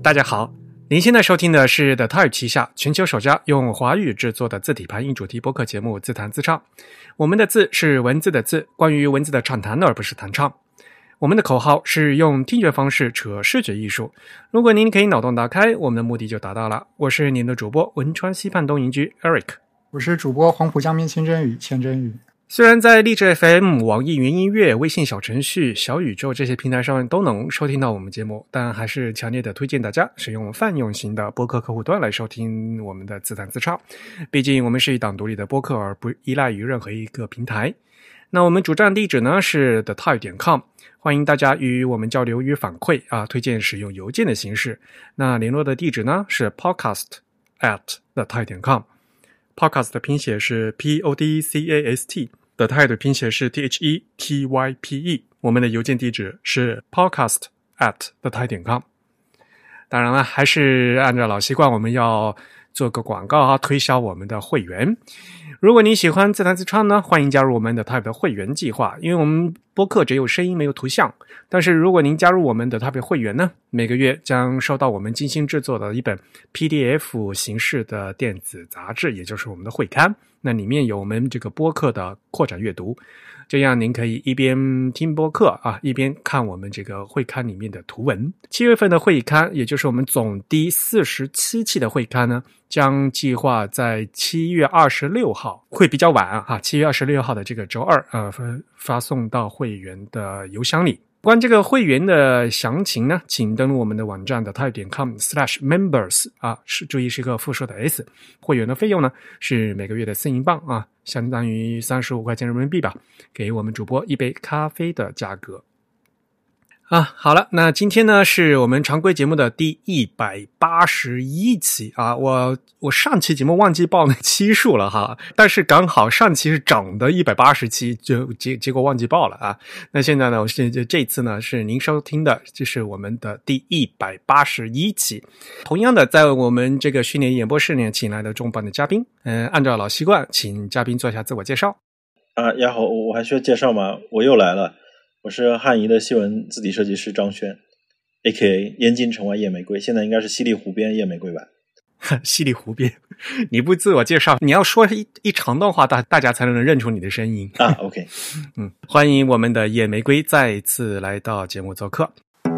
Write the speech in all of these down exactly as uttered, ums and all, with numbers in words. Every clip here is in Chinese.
大家好，您现在收听的是 The Type 旗下全球首家用华语制作的字体排音主题播客节目自弹自唱。我们的字是文字的字，关于文字的畅谈而不是弹唱。我们的口号是用听觉方式扯视觉艺术。如果您可以脑洞打开，我们的目的就达到了。我是您的主播汶川西畔东营居 Eric， 我是主播黄浦江面清真语千真语。 虽然在荔枝 F M、网易云音乐、微信小程序、小宇宙这些平台上都能收听到我们节目，但还是强烈的推荐大家使用泛用型的播客客户端来收听我们的自弹自唱。毕竟我们是一档独立的播客，而不依赖于任何一个平台。那我们主站地址呢是 the type 点 com， 欢迎大家与我们交流与反馈啊，推荐使用邮件的形式。那联络的地址呢是 podcast at the type 点 com。podcast 的拼写是 P O D C A S T， The Type 的拼写是 T H E T Y P E。 我们的邮件地址是 podcast at the type 点 com。 当然了，还是按照老习惯，我们要做个广告啊，推销我们的会员。如果你喜欢自弹自唱呢，欢迎加入我们的 Type 的会员计划。因为我们播客只有声音没有图像，但是如果您加入我们的 Type 会员呢，每个月将收到我们精心制作的一本 P D F 形式的电子杂志，也就是我们的会刊。那里面有我们这个播客的扩展阅读，这样您可以一边听播客啊，一边看我们这个会刊里面的图文。七月份的会刊，也就是我们总第四十七期的会刊呢，将计划在七月二十六号，会比较晚啊，七月二十六号的这个周二呃发送到会员的邮箱里。关于这个会员的详情呢，请登录我们的网站的 type 点 com slash members 啊，是注意是一个复数的 S。 会员的费用呢是每个月的四英镑啊，相当于三十五块钱人民币吧，给我们主播一杯咖啡的价格。啊，好了，那今天呢是我们常规节目的第一百八十一期啊，我我上期节目忘记报那期数了哈，但是刚好上期是整的一百八十期，就结结果忘记报了啊。那现在呢，我是这次呢是您收听的，这是我们的第一百八十一期。同样的，在我们这个训练演播室呢，请来的重磅的嘉宾，嗯、呃，按照老习惯，请嘉宾做一下自我介绍。 啊，呀好，我还需要介绍吗？我又来了。我是汉仪的西文字体设计师张轩 A K A 燕京城外夜玫瑰，现在应该是西丽湖边夜玫瑰吧。 西丽湖边，你不自我介绍，你要说一一长段话，大大家才能认出你的声音啊。OK， 嗯，欢迎我们的夜玫瑰再次来到节目做客。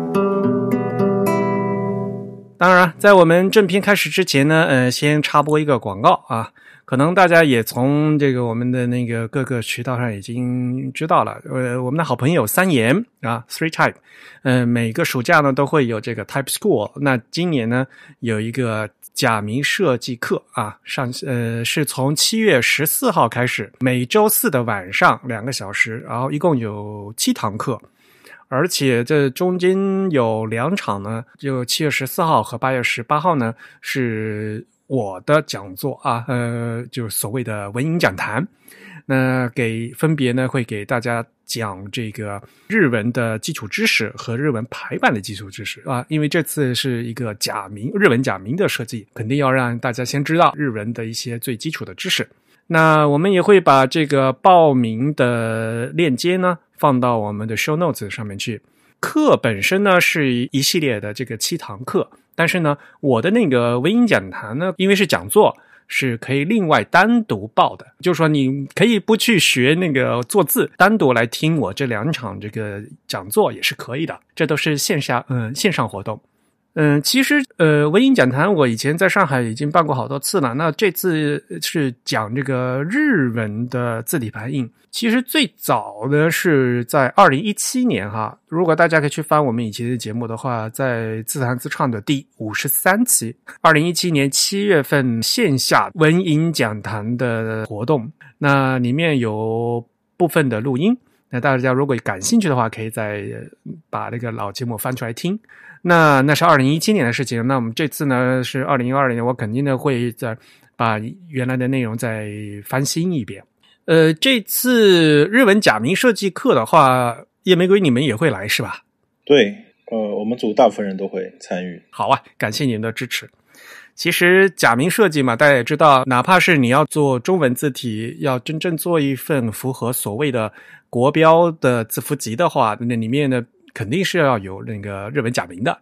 当然，在我们正片开始之前呢，呃，先插播一个广告啊。可能大家也从这个我们的那个各个渠道上已经知道了，呃，我们的好朋友三言啊 ，Three Type， 呃，每个暑假呢都会有这个 Type School。那今年呢有一个假名设计课啊，上呃是从七月十四号开始，每周四的晚上两个小时，然后一共有七堂课。而且这中间有两场呢，就七月十四号和八月十八号呢是我的讲座啊，呃，就是所谓的文营讲坛。那给分别呢会给大家讲这个日文的基础知识和日文排版的基础知识啊，因为这次是一个假名日文假名的设计，肯定要让大家先知道日文的一些最基础的知识。那我们也会把这个报名的链接呢放到我们的 show notes 上面去。课本身呢是一系列的这个七堂课，但是呢我的那个文音讲坛呢，因为是讲座，是可以另外单独报的，就是说你可以不去学那个做字，单独来听我这两场这个讲座也是可以的，这都是线下嗯线上活动。嗯，其实呃，文音讲坛我以前在上海已经办过好多次了。那这次是讲这个日文的字体排印。其实最早的是在二零一七年哈，如果大家可以去翻我们以前的节目的话，在自弹自唱的第五十三期，二零一七年七月份线下文音讲坛的活动，那里面有部分的录音。那大家如果感兴趣的话，可以再把那个老节目翻出来听。那那是二零一七年的事情，那我们这次呢是二零二零年，我肯定呢会再把原来的内容再翻新一遍。呃，这次日文假名设计课的话，夜玫瑰你们也会来是吧？ 对，呃，我们组大部分人都会参与。 好啊，感谢您的支持。其实假名设计嘛，大家也知道，哪怕是你要做中文字体，要真正做一份符合所谓的国标的字符集的话，那里面呢肯定是要有那个日文假名的。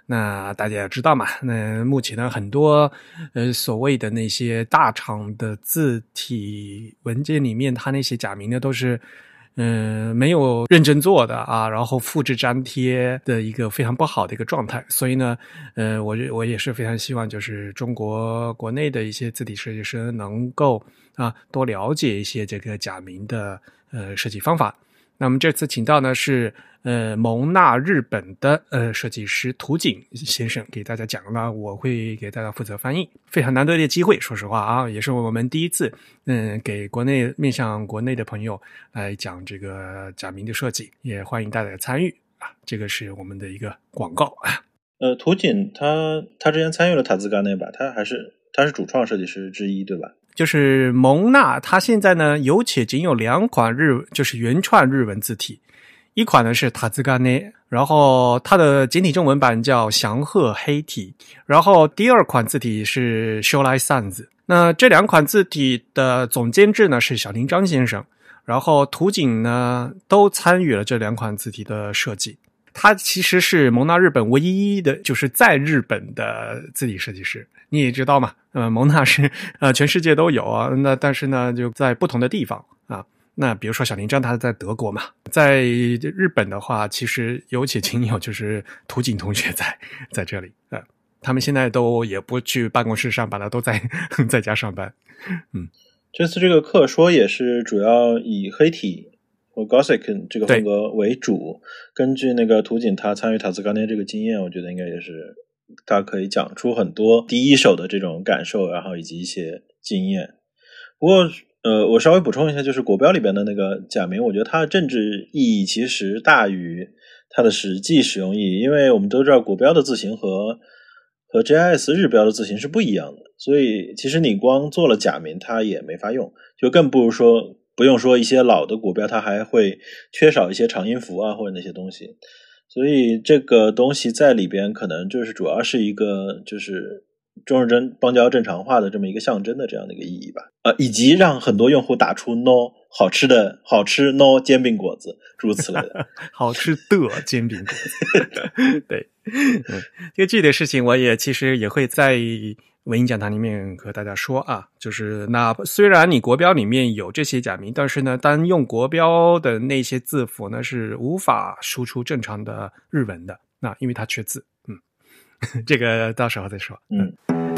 那大家也知道嘛，那目前呢很多呃所谓的那些大厂的字体文件里面，它那些假名呢都是嗯、呃，没有认真做的啊，然后复制粘贴的一个非常不好的一个状态，所以呢，呃，我我也是非常希望，就是中国国内的一些字体设计师能够啊多了解一些这个假名的呃设计方法。那么这次请到呢是呃蒙纳日本的呃设计师涂井先生给大家讲了，我会给大家负责翻译，非常难得的机会，说实话啊，也是我们第一次嗯给国内面向国内的朋友来讲这个假名的设计，也欢迎大家参与啊，这个是我们的一个广告啊。 呃，涂井他他之前参与了塔兹嘎内吧，他还是他是主创设计师之一，对吧？ 就是蒙纳，它现在呢有且仅有两款日，就是原创日文字体，一款呢是塔兹嘎内，然后它的简体中文版叫祥鹤黑体，然后第二款字体是修来扇子。那这两款字体的总监制呢是小林章先生，然后涂井呢都参与了这两款字体的设计。他其实是蒙纳日本唯一的就是在日本的字体设计师，你也知道嘛，呃，蒙纳是呃全世界都有啊，那但是呢就在不同的地方啊。那比如说小林章他在德国嘛，在日本的话其实有且仅有就是涂井同学在在这里，呃，他们现在都也不去办公室上班了，都在在家上班。嗯， 这次这个课说也是主要以黑体或 Gothic 这个风格为主，根据那个涂井他参与塔兹嘎内这个经验，我觉得应该也是他可以讲出很多第一手的这种感受，然后以及一些经验。不过呃，我稍微补充一下，就是国标里边的那个假名，我觉得它的政治意义其实大于它的实际使用意义，因为我们都知道国标的字形和和 J I S 日标的字形是不一样的，所以其实你光做了假名它也没法用，就更不如说不用说一些老的国标它还会缺少一些长音符啊或者那些东西，所以这个东西在里边可能就是主要是一个就是中日真邦交正常化的这么一个象征的这样的一个意义吧，呃，以及让很多用户打出 no 好吃的好吃 no 煎饼果子诸如此类的好吃的煎饼果子对、嗯、这个具体的事情我也其实也会在文音讲堂里面和大家说啊，就是那虽然你国标里面有这些假名，但是呢单用国标的那些字符呢是无法输出正常的日文的，那因为它缺字，嗯，这个到时候再说。 嗯，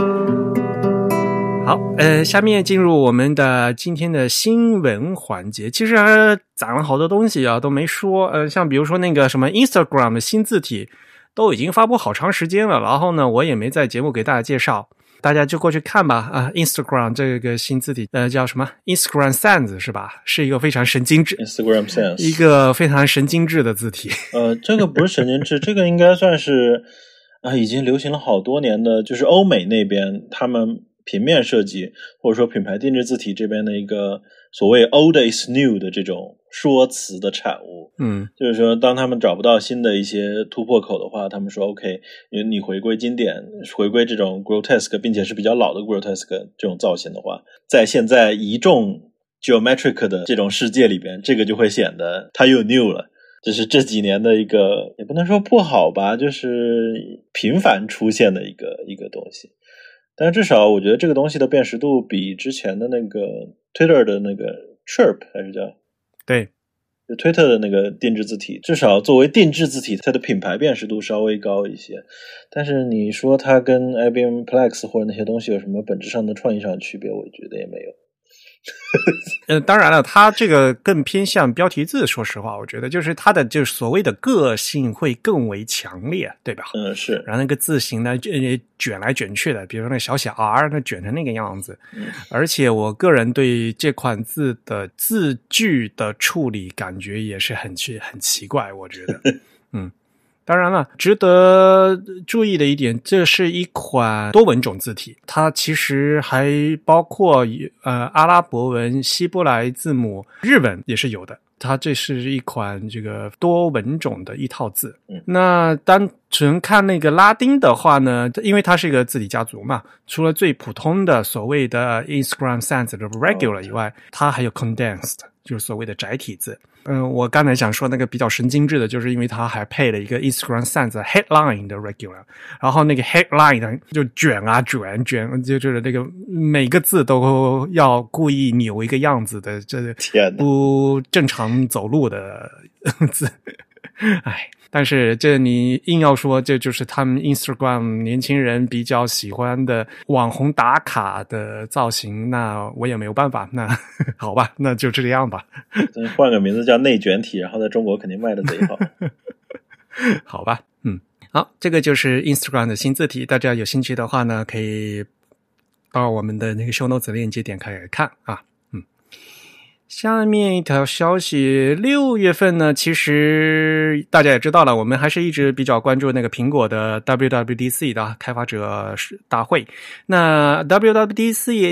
好，呃，下面进入我们的今天的新闻环节。其实还攒了好多东西啊，都没说。呃，像比如说那个什么 Instagram 的新字体都已经发布好长时间了，然后呢，我也没在节目给大家介绍。大家就过去看吧啊 ，Instagram 这个新字体，呃，叫什么 Instagram Sans 是吧？是一个非常神经质 Instagram Sans 一个非常神经质的字体。 呃，这个不是神经质，这个应该算是啊、呃，已经流行了好多年的，就是欧美那边他们平面设计或者说品牌定制字体这边的一个所谓 old is new 的这种说辞的产物。 嗯， 就是说当他们找不到新的一些突破口的话，他们说 OK 你回归经典，回归这种 grotesque 并且是比较老的 grotesque 这种造型的话，在现在一众 geometric 的这种世界里边，这个就会显得它又 new 了。这是这几年的一个也不能说不好吧，就是频繁出现的一个一个东西。但是至少我觉得这个东西的辨识度比之前的那个 Twitter 的那个 Chirp 还是叫对， 就 Twitter 的那个定制字体，至少作为定制字体它的品牌辨识度稍微高一些。但是你说它跟 I B M Plex 或者那些东西有什么本质上的创意上的区别，我觉得也没有。 呃，当然了，它这个更偏向标题字，说实话，我觉得就是它的就是所谓的个性会更为强烈，对吧？ 嗯，是。 然后那个字形呢，卷来卷去的，比如说那小小 R， 那卷成那个样子。 嗯、 而且我个人对这款字的字句的处理感觉也是很奇很奇怪，我觉得，嗯。当然了，值得注意的一点，这是一款多文种字体，它其实还包括呃阿拉伯文、希伯来字母、日文也是有的。它这是一款这个多文种的一套字。 嗯， 那单纯看那个拉丁的话呢，因为它是一个字体家族嘛，除了最普通的所谓的 Instagram Sans 的 Regular 以外，它还有 Condensed。 就是所谓的窄体字。嗯、呃，我刚才想说那个比较神经质的，就是因为它还配了一个 Instagram Sans headline 的 regular， 然后那个 headline 呢就卷啊卷卷，就就是那个每个字都要故意扭一个样子的，这不正常走路的字。哎，但是这你硬要说这就是他们 Instagram 年轻人比较喜欢的网红打卡的造型，那我也没有办法，那好吧，那就这样吧。 换个名字叫内卷体，然后在中国肯定卖的贼好。 好吧，嗯，好，这个就是 Instagram 的新字体，大家有兴趣的话呢，可以到我们的那个 show notes 链接点开来看啊。下面一条消息，六月份呢，其实大家也知道了，我们还是一直比较关注那个苹果的 W W D C 的开发者大会。那 W W D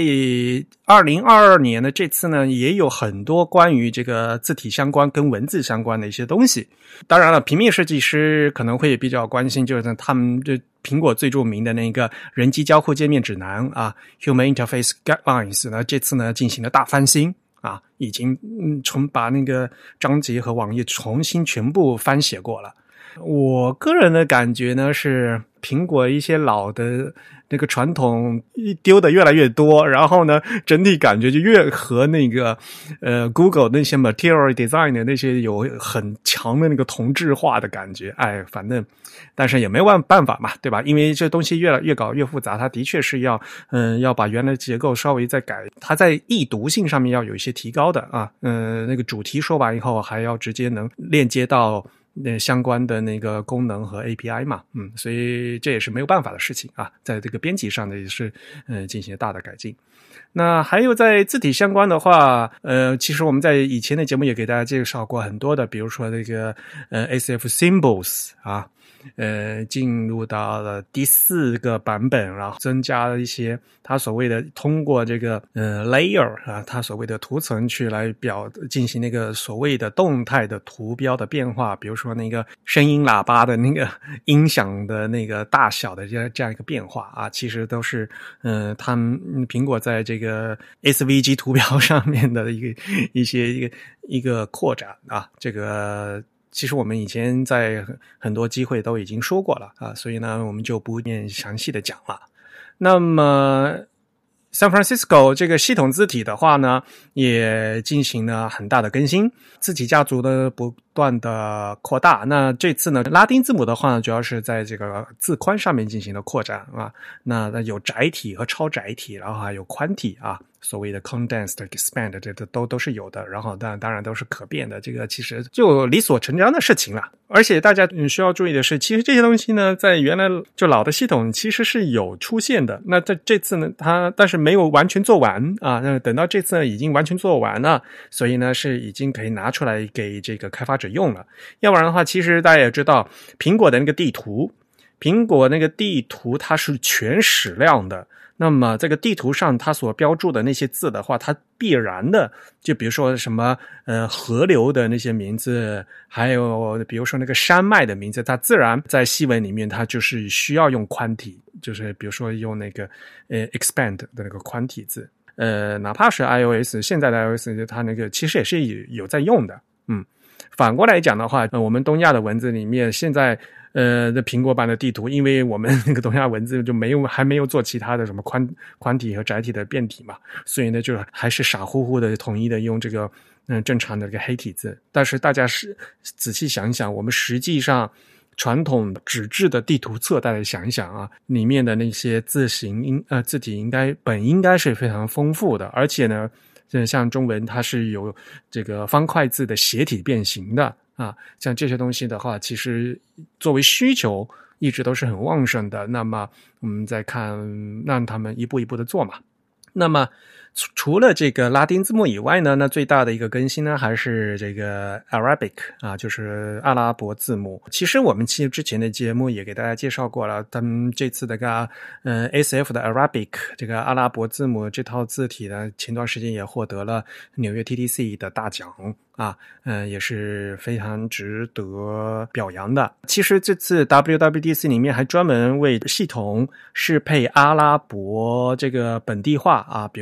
C 二零二二年的这次呢，也有很多关于这个字体相关跟文字相关的一些东西。当然了，平面设计师可能会比较关心，就是他们这苹果最著名的那个人机交互界面指南啊 ，Human Interface Guidelines 呢，这次呢进行了大翻新。啊，已经嗯，重把那个章节和网页重新全部翻写过了。我个人的感觉呢是，苹果一些老的那个传统丢的越来越多，然后呢，整体感觉就越和那个呃 Google 那些 Material Design 的那些有很强的那个同质化的感觉。哎，反正但是也没有办法嘛，对吧？因为这东西越来越搞越复杂，它的确是要嗯、呃、要把原来的结构稍微再改，它在易读性上面要有一些提高的啊。嗯、呃，那个主题说完以后，还要直接能链接到那相关的那个功能和 A P I 嘛，嗯，所以这也是没有办法的事情啊，在这个编辑上呢也是嗯、呃、进行了大的改进。那还有在字体相关的话，呃，其实我们在以前的节目也给大家介绍过很多的，比如说那个呃 S F Symbols 啊。呃，进入到了第四个版本，然后增加了一些它所谓的通过这个呃 layer 啊，它所谓的图层去来表进行那个所谓的动态的图标的变化，比如说那个声音喇叭的那个音响的那个大小的这样这样一个变化啊，其实都是呃他们苹果在这个 S V G 图标上面的一个一些一个一个扩展啊，这个。其实我们以前在很多机会都已经说过了啊，所以呢我们就不便详细的讲了。那么 San Francisco 这个系统字体的话呢，也进行了很大的更新，字体家族的不断的扩大。那这次呢，拉丁字母的话呢，主要是在这个字宽上面进行了扩展啊。那有窄体和超窄体，然后还有宽体啊。所谓的 condensed expand 这都都是有的，然后当当然都是可变的，这个其实就理所成章的事情了。而且大家需要注意的是，其实这些东西呢，在原来就老的系统其实是有出现的。那在这次呢，它但是没有完全做完啊。那等到这次呢，已经完全做完了，所以呢是已经可以拿出来给这个开发者用了。要不然的话，其实大家也知道，苹果的那个地图，苹果那个地图它是全矢量的。那么这个地图上它所标注的那些字的话，它必然的，就比如说什么呃河流的那些名字，还有比如说那个山脉的名字，它自然在西文里面它就是需要用宽体，就是比如说用那个呃 expand 的那个宽体字。呃哪怕是 iOS 现在的 iOS 它那个其实也是有有在用的。嗯，反过来讲的话，呃我们东亚的文字里面现在呃，的苹果版的地图，因为我们那个东亚文字就没有还没有做其他的什么宽宽体和窄体的变体嘛，所以呢，就还是傻乎乎的统一的用这个嗯正常的这个黑体字。但是大家是仔细想一想，我们实际上传统纸质的地图册，大家想一想啊，里面的那些字形应呃字体应该本应该是非常丰富的，而且呢，像中文它是有这个方块字的斜体变形的。啊，像这些东西的话，其实作为需求一直都是很旺盛的。那么我们再看，让他们一步一步的做嘛。那么除了这个拉丁字母以外呢，那最大的一个更新呢，还是这个 Arabic 啊，就是阿拉伯字母。其实我们其实之前的节目也给大家介绍过了，他们这次的个呃 S F 的 Arabic 这个阿拉伯字母这套字体呢，前段时间也获得了纽约 T D C 的大奖。啊，嗯、呃，也是非常值得表扬的。其实这次 W W D C 里面还专门为系统适配阿拉伯这个本地化啊，比如说从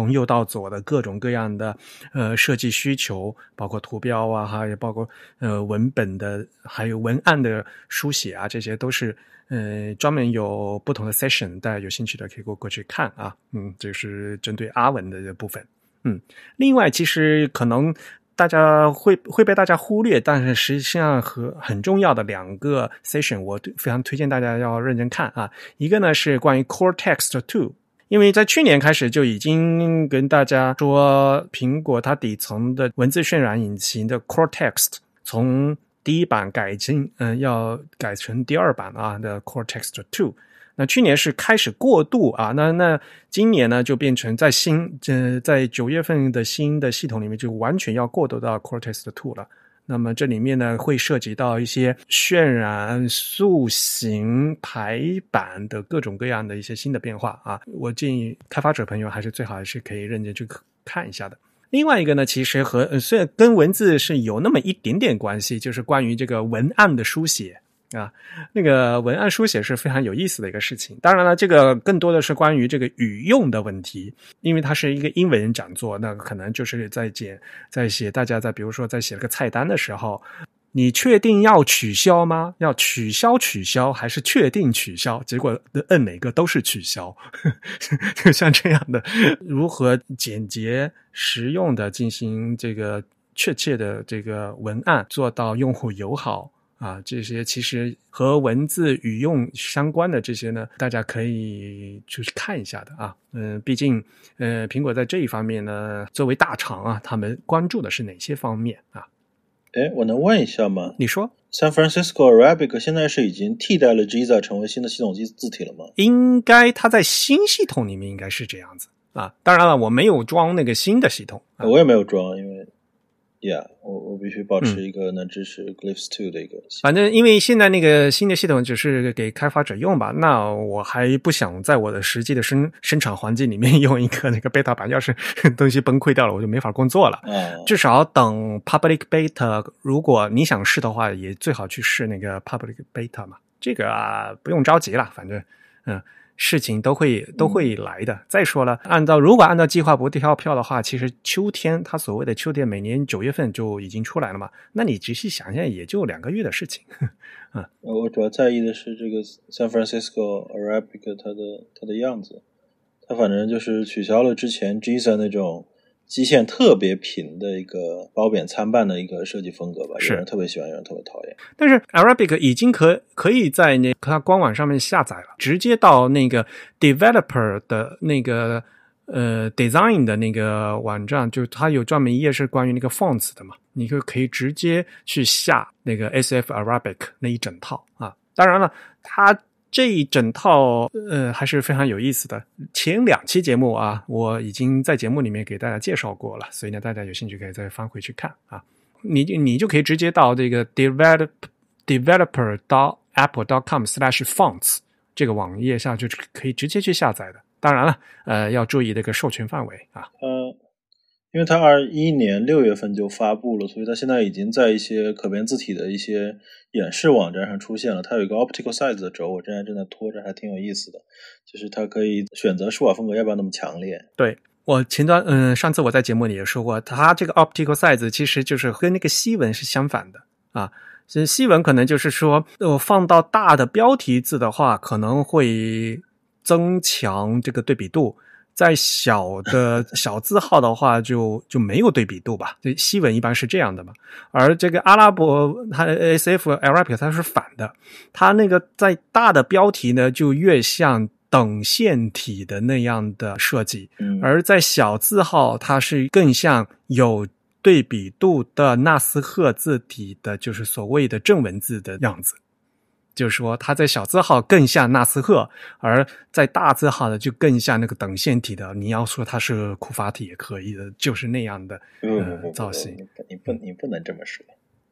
从右到左的各种各样的呃设计需求，包括图标啊，还有包括呃文本的，还有文案的书写啊，这些都是呃专门有不同的 session， 大家有兴趣的可以过过去看啊。嗯，这是针对阿文的部分。嗯，另外其实可能大家会会被大家忽略，但是实际上和很重要的两个 session， 我非常推荐大家要认真看啊。一个呢是关于 Cortex 二， 因为在去年开始就已经跟大家说，苹果它底层的文字渲染引擎的 Cortex 从第一版改进，嗯、呃，要改成第二版啊的 Cortex 二。那去年是开始过渡啊，那那今年呢就变成在新呃在九月份的新的系统里面就完全要过渡到 Cortex 二了。那么这里面呢会涉及到一些渲染、塑形、排版的各种各样的一些新的变化啊，我建议开发者朋友还是最好还是可以认真去看一下的。另外一个呢，其实和呃虽然跟文字是有那么一点点关系，就是关于这个文案的书写。啊，那个文案书写是非常有意思的一个事情。当然了，这个更多的是关于这个语用的问题，因为它是一个英文讲座，那可能就是在写在写大家在比如说在写了个菜单的时候，你确定要取消吗？要取消取消还是确定取消？结果摁哪个都是取消，就像这样的，如何简洁实用的进行这个确切的这个文案，做到用户友好。啊，这些其实和文字语用相关的这些呢，大家可以就是看一下的啊。嗯、呃，毕竟呃，苹果在这一方面呢，作为大厂啊，他们关注的是哪些方面啊？ 哎，我能问一下吗？ 你说 San Francisco Arabic 现在是已经替代了 Giza 成为新的系统字体了吗？ 应该它在新系统里面应该是这样子啊。当然了，我没有装那个新的系统，啊、 我也没有装，因为。Yeah， 我我必须保持一个能支持 Glyphs 二的一个系统。 反正因为现在那个新的系统只是给开发者用吧，那我还不想在我的实际的生生产环境里面用一个那个 beta 版，要是东西崩溃掉了，我就没法工作了。 嗯、 至少等 public beta， 如果你想试的话，也最好去试那个 public beta 嘛。这个啊不用着急了，反正嗯。事情都会都会来的。再说了，按照如果按照计划不跳票的话，其实秋天它所谓的秋天每年九月份就已经出来了嘛。那你仔细想想，也就两个月的事情。嗯， 我主要在意的是这个 San Francisco Arabic 它的它的样子，它反正就是取消了之前 Giza 那种基线特别平的一个褒贬参半的一个设计风格吧，有人特别喜欢，有人特别讨厌。 但是 Arabic 已经可可以在那它官网上面下载了，直接到那个 developer 的那个呃 design 的那个网站，就它有专门一页是关于那个 fonts 的嘛，你就可以直接去下那个 S F Arabic 那一整套啊。当然了，它这一整套呃还是非常有意思的。前两期节目啊，我已经在节目里面给大家介绍过了，所以呢，大家有兴趣可以再翻回去看啊。你你就可以直接到这个 develop developer dot apple dot com slash fonts 这个网页上就可以直接去下载的。当然了，呃，要注意这个授权范围啊。 呃，因为它二一年六月份就发布了，所以它现在已经在一些可变字体的一些演示网站上出现了。它有一个 optical size 的轴，我现在正在拖着，还挺有意思的。就是它可以选择书法风格要不要那么强烈。 对。我前端嗯，上次我在节目里也说过，它这个 optical size 其实就是跟那个西文是相反的啊。所以西文可能就是说，我放到大的标题字的话，可能会增强这个对比度；在小的小字号的话就，就就没有对比度吧。这西文一般是这样的嘛。而这个阿拉伯它 S F Arabic 它是反的，它那个在大的标题呢，就越像等线体的那样的设计，而在小字号它是更像有对比度的纳斯赫字体的，就是所谓的正文字的样子。就是说它在小字号更像纳斯赫，而在大字号的就更像那个等线体的，你要说它是库法体也可以的，就是那样的、呃、造型。 你不你不能这么说。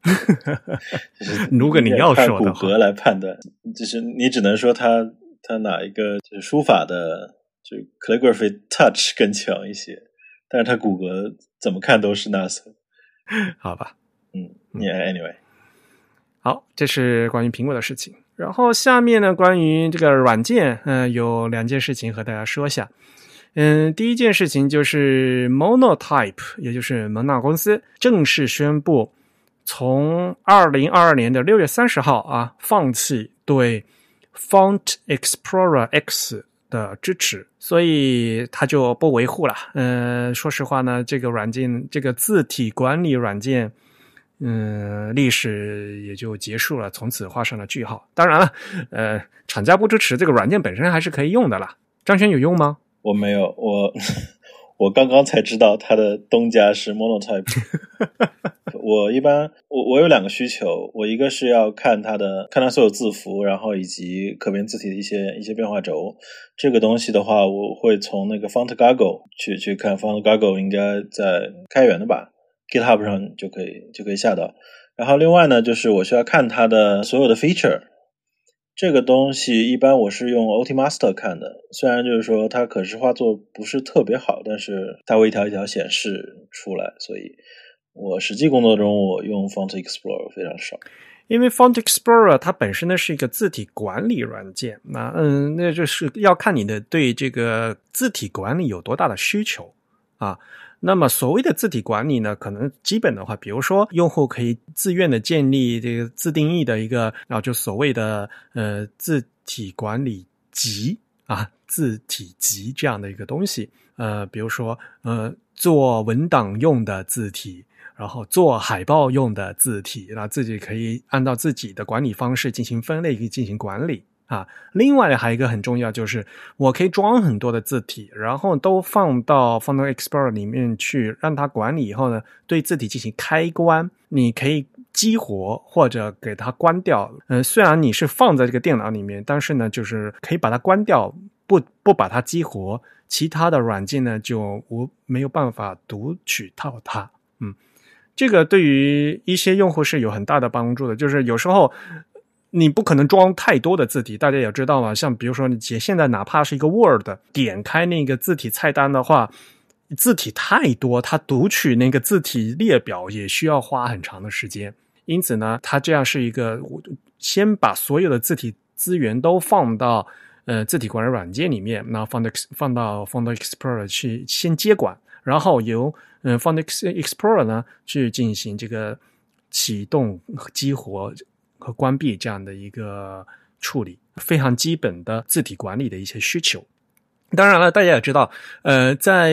如果你要说的话， 骨骼来判断，就是你只能说它它哪一个就是书法的就 calligraphy touch 更强一些，但是它骨骼怎么看都是纳斯。 好吧， 嗯 yeah, anyway。 好，这是关于苹果的事情。然后下面呢，关于这个软件，嗯、呃，有两件事情和大家说一下。 嗯，第一件事情就是 Monotype， 也就是蒙纳公司正式宣布，从二零二二年的六月三十号啊，放弃对 Font Explorer X 的支持，所以他就不维护了。呃，说实话呢，这个软件，这个字体管理软件，嗯、呃，历史也就结束了，从此画上了句号。当然了，呃，厂家不支持，这个软件本身还是可以用的啦。张轩有用吗？ 我没有，我我刚刚才知道它的东家是 Monotype。我一般我我有两个需求，我一个是要看它的看它所有字符，然后以及可变字体的一些一些变化轴。这个东西的话，我会从那个 FontGaggle 去去看 FontGaggle 应该在开源的吧 ，GitHub 上就可以就可以下到。然后另外呢，就是我需要看它的所有的 feature。这个东西一般我是用 O T Master 看的，虽然就是说它可视化做不是特别好，但是它会一条一条显示出来，所以我实际工作中我用 Font Explorer 非常少。 因为 Font Explorer 它本身呢是一个字体管理软件，那嗯，那就是要看你的对这个字体管理有多大的需求啊。那么所谓的字体管理呢，可能基本的话，比如说用户可以自愿的建立这个自定义的一个，然后就所谓的呃字体管理集啊，字体集这样的一个东西，呃，比如说呃做文档用的字体，然后做海报用的字体，那自己可以按照自己的管理方式进行分类，进行管理。啊，另外还有一个很重要，就是我可以装很多的字体，然后都放到 Font Explorer 里面去，让它管理以后呢，对字体进行开关，你可以激活或者给它关掉。嗯、呃，虽然你是放在这个电脑里面，但是呢，就是可以把它关掉，不不把它激活，其他的软件呢就无没有办法读取到它。嗯，这个对于一些用户是有很大的帮助的，就是有时候你不可能装太多的字体，大家也知道嘛，像比如说你现在哪怕是一个 Word 点开那个字体菜单的话，字体太多，它读取那个字体列表也需要花很长的时间。因此呢，它这样是一个先把所有的字体资源都放到呃字体管理软件里面，那放到放到 Font Explorer 去先接管，然后由呃 Font Explorer 呢去进行这个启动、激活和关闭这样的一个处理，非常基本的字体管理的一些需求。当然了，大家也知道，呃，在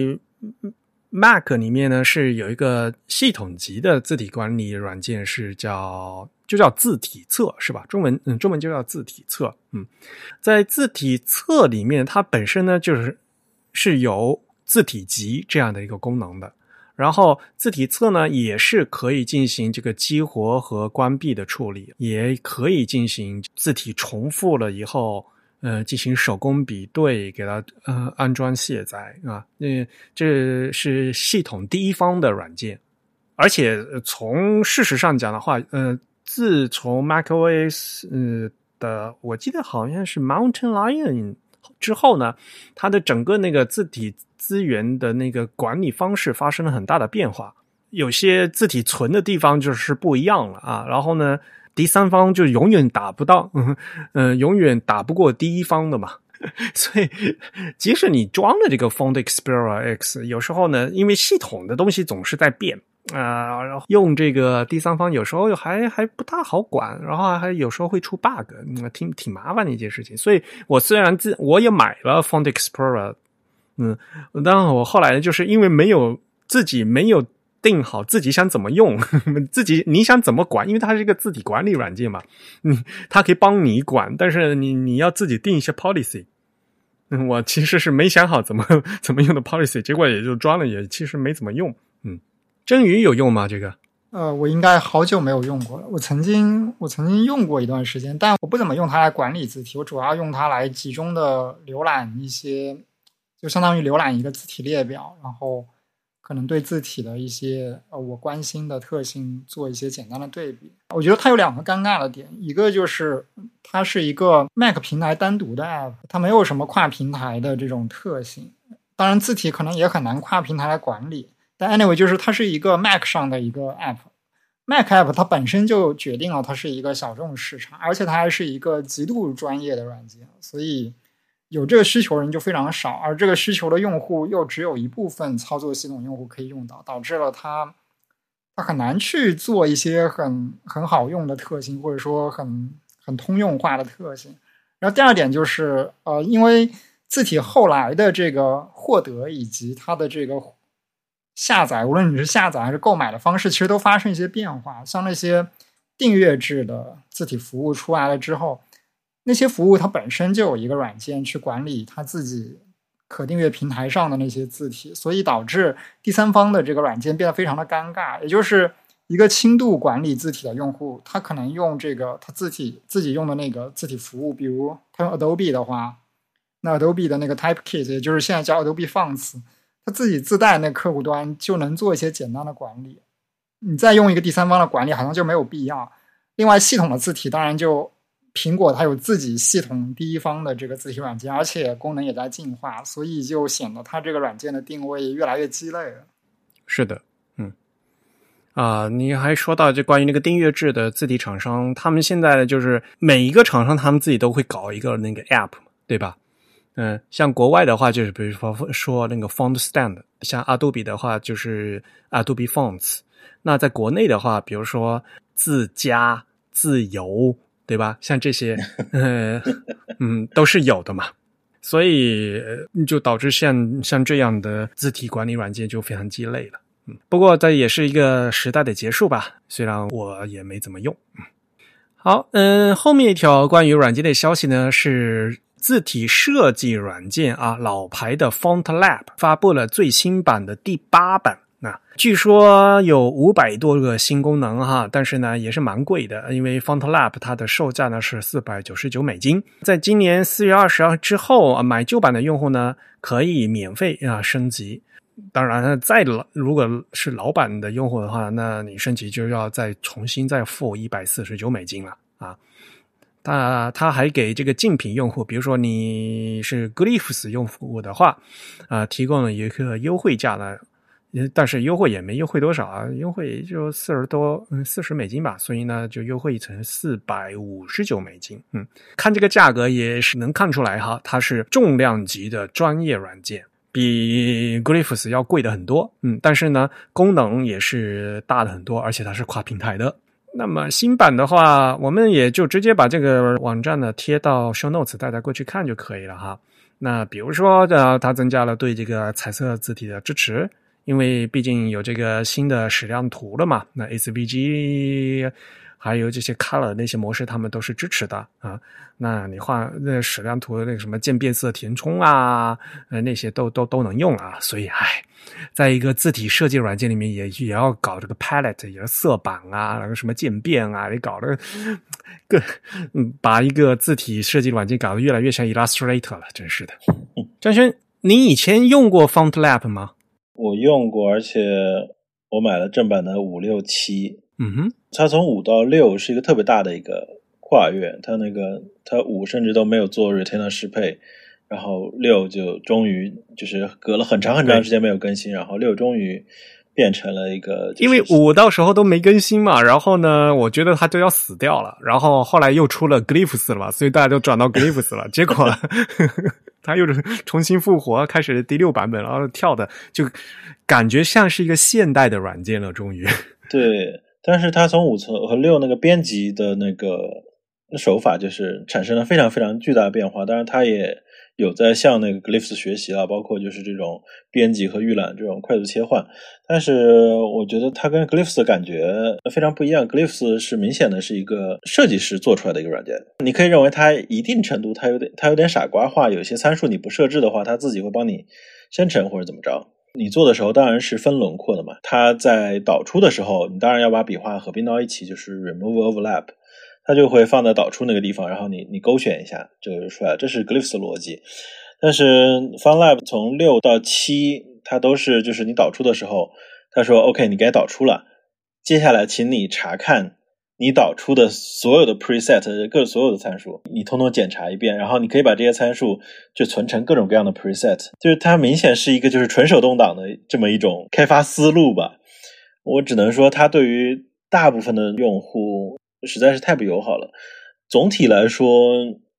Mac 里面呢是有一个系统级的字体管理软件，是叫就叫字体册，是吧？中文嗯，中文就叫字体册。嗯，在字体册里面，它本身呢就是是有字体集这样的一个功能的。然后字体册呢也是可以进行这个激活和关闭的处理，也可以进行字体重复了以后呃进行手工比对，给它呃安装卸载啊。呃这是系统第一方的软件。而且从事实上讲的话，呃自从 macOS 呃的我记得好像是 Mountain Lion 之后呢，它的整个那个字体资源的那个管理方式发生了很大的变化，有些字体存的地方就是不一样了啊。然后呢，第三方就永远打不到，嗯、呃，永远打不过第一方的嘛。所以，即使你装了这个 Font Explorer X， 有时候呢，因为系统的东西总是在变啊、呃，然后用这个第三方有时候还还不大好管，然后还有时候会出 bug， 嗯、挺挺麻烦的一件事情。所以我虽然自我也买了 Font Explorer。嗯，当然我后来就是因为没有自己没有定好自己想怎么用，自己你想怎么管，因为它是一个字体管理软件嘛，嗯，它可以帮你管，但是你你要自己定一些 policy。嗯，我其实是没想好怎么怎么用的 policy， 结果也就装了，也其实没怎么用。嗯，真宇有用吗？这个？ 呃，我应该好久没有用过了。我曾经我曾经用过一段时间，但我不怎么用它来管理字体，我主要用它来集中的浏览一些。就相当于浏览一个字体列表，然后可能对字体的一些呃我关心的特性做一些简单的对比。我觉得它有两个尴尬的点，一个就是它是一个 Mac 平台单独的 App， 它没有什么跨平台的这种特性。当然字体可能也很难跨平台来管理，但 anyway 就是它是一个 Mac 上的一个 App。Mac App 它本身就决定了它是一个小众市场，而且它还是一个极度专业的软件，所以有这个需求人就非常少，而这个需求的用户又只有一部分操作系统用户可以用到，导致了它它很难去做一些很很好用的特性，或者说很很通用化的特性。然后第二点就是呃，因为字体后来的这个获得以及它的这个下载，无论你是下载还是购买的方式，其实都发生一些变化。像那些订阅制的字体服务出来了之后，那些服务它本身就有一个软件去管理它自己可订阅平台上的那些字体，所以导致第三方的这个软件变得非常的尴尬。也就是一个轻度管理字体的用户，他可能用这个他字体自己用的那个字体服务，比如他用 Adobe 的话，那 Adobe 的那个 Typekit， 也就是现在叫 Adobe Fonts， 他自己自带那客户端就能做一些简单的管理，你再用一个第三方的管理好像就没有必要。另外系统的字体当然就苹果它有自己系统第一方的这个字体软件，而且功能也在进化，所以就显得它这个软件的定位越来越鸡肋了。 是的，嗯，啊，你还说到就关于那个订阅制的字体厂商，他们现在就是每一个厂商他们自己都会搞一个那个 app， 对吧？嗯，像国外的话就是比如说说那个 Font Stand， 像 Adobe 的话就是 Adobe Fonts， 那在国内的话，比如说自家、自由，对吧？像这些，呃，嗯，都是有的嘛。所以就导致像像这样的字体管理软件就非常鸡肋了。嗯，不过这也是一个时代的结束吧，虽然我也没怎么用。嗯，好，嗯，后面一条关于软件的消息呢是字体设计软件啊，老牌的 FontLab 发布了最新版的第八版。那据说有五百多个新功能哈，但是呢也是蛮贵的，因为 FontLab 它的售价呢是四百九十九美金。在今年四月二十号之后啊，买旧版的用户呢可以免费啊升级。当然再老如果是老版的用户的话，那你升级就要再重新再付一百四十九美金了啊。他他还给这个竞品用户，比如说你是 Glyphs 用户的话啊，提供了一个优惠价呢，但是优惠也没优惠多少啊，优惠就四十多，嗯，四十美金吧，所以呢就优惠成四百五十九美金。嗯，看这个价格也是能看出来哈，它是重量级的专业软件，比 Glyphs 要贵的很多。嗯，但是呢功能也是大的很多，而且它是跨平台的。那么新版的话，我们也就直接把这个网站呢贴到 show notes， 大家过去看就可以了哈。那比如说呃，它增加了对这个彩色字体的支持，因为毕竟有这个新的矢量图了嘛，那 A C V G 还有这些 color 那些模式他们都是支持的啊。那你画那矢量图的那个什么渐变色填充啊，呃那些都都都能用啊。所以唉，在一个字体设计软件里面也也要搞这个 palette， 也要色板啊，然后什么渐变啊，你搞了个嗯，把一个字体设计软件搞得越来越像 Illustrator 了，真是的。张轩，你以前用过 FontLab 吗？ 我用过，而且我买了正版的五六七。 嗯哼， 它从五到六是一个特别大的一个跨越，它那个它五甚至都没有做 retainer 适配，然后六就终于就是隔了很长很长时间没有更新，然后六终于变成了一个、就是、 因为五到时候都没更新嘛，然后呢我觉得它就要死掉了，然后后来又出了 Glyphs 了嘛，所以大家都转到 Glyphs 了结果它又重新复活，开始第六版本，然后跳的就感觉像是一个现代的软件了终于。 对，但是它从五和六那个编辑的那个手法就是产生了非常非常巨大的变化，当然它也有在向那个 Glyphs 学习了，包括就是这种编辑和预览这种快速切换，但是我觉得它跟 Glyphs 的感觉非常不一样。 Glyphs 是明显的是一个设计师做出来的一个软件，你可以认为它一定程度它有点它有点傻瓜化，有些参数你不设置的话它自己会帮你生成或者怎么着。你做的时候当然是分轮廓的嘛，它在导出的时候你当然要把笔画合并到一起，就是 remove overlap， 它就会放在导出那个地方，然后你你勾选一下这个就出来了，这是 Glyphs 的逻辑。但是 FontLab 从六到七它都是就是你导出的时候他说 OK 你该导出了，接下来请你查看你导出的所有的 preset 各所有的参数，你通通检查一遍，然后你可以把这些参数就存成各种各样的 preset， 就是它明显是一个就是纯手动挡的这么一种开发思路吧。我只能说它对于大部分的用户实在是太不友好了。总体来说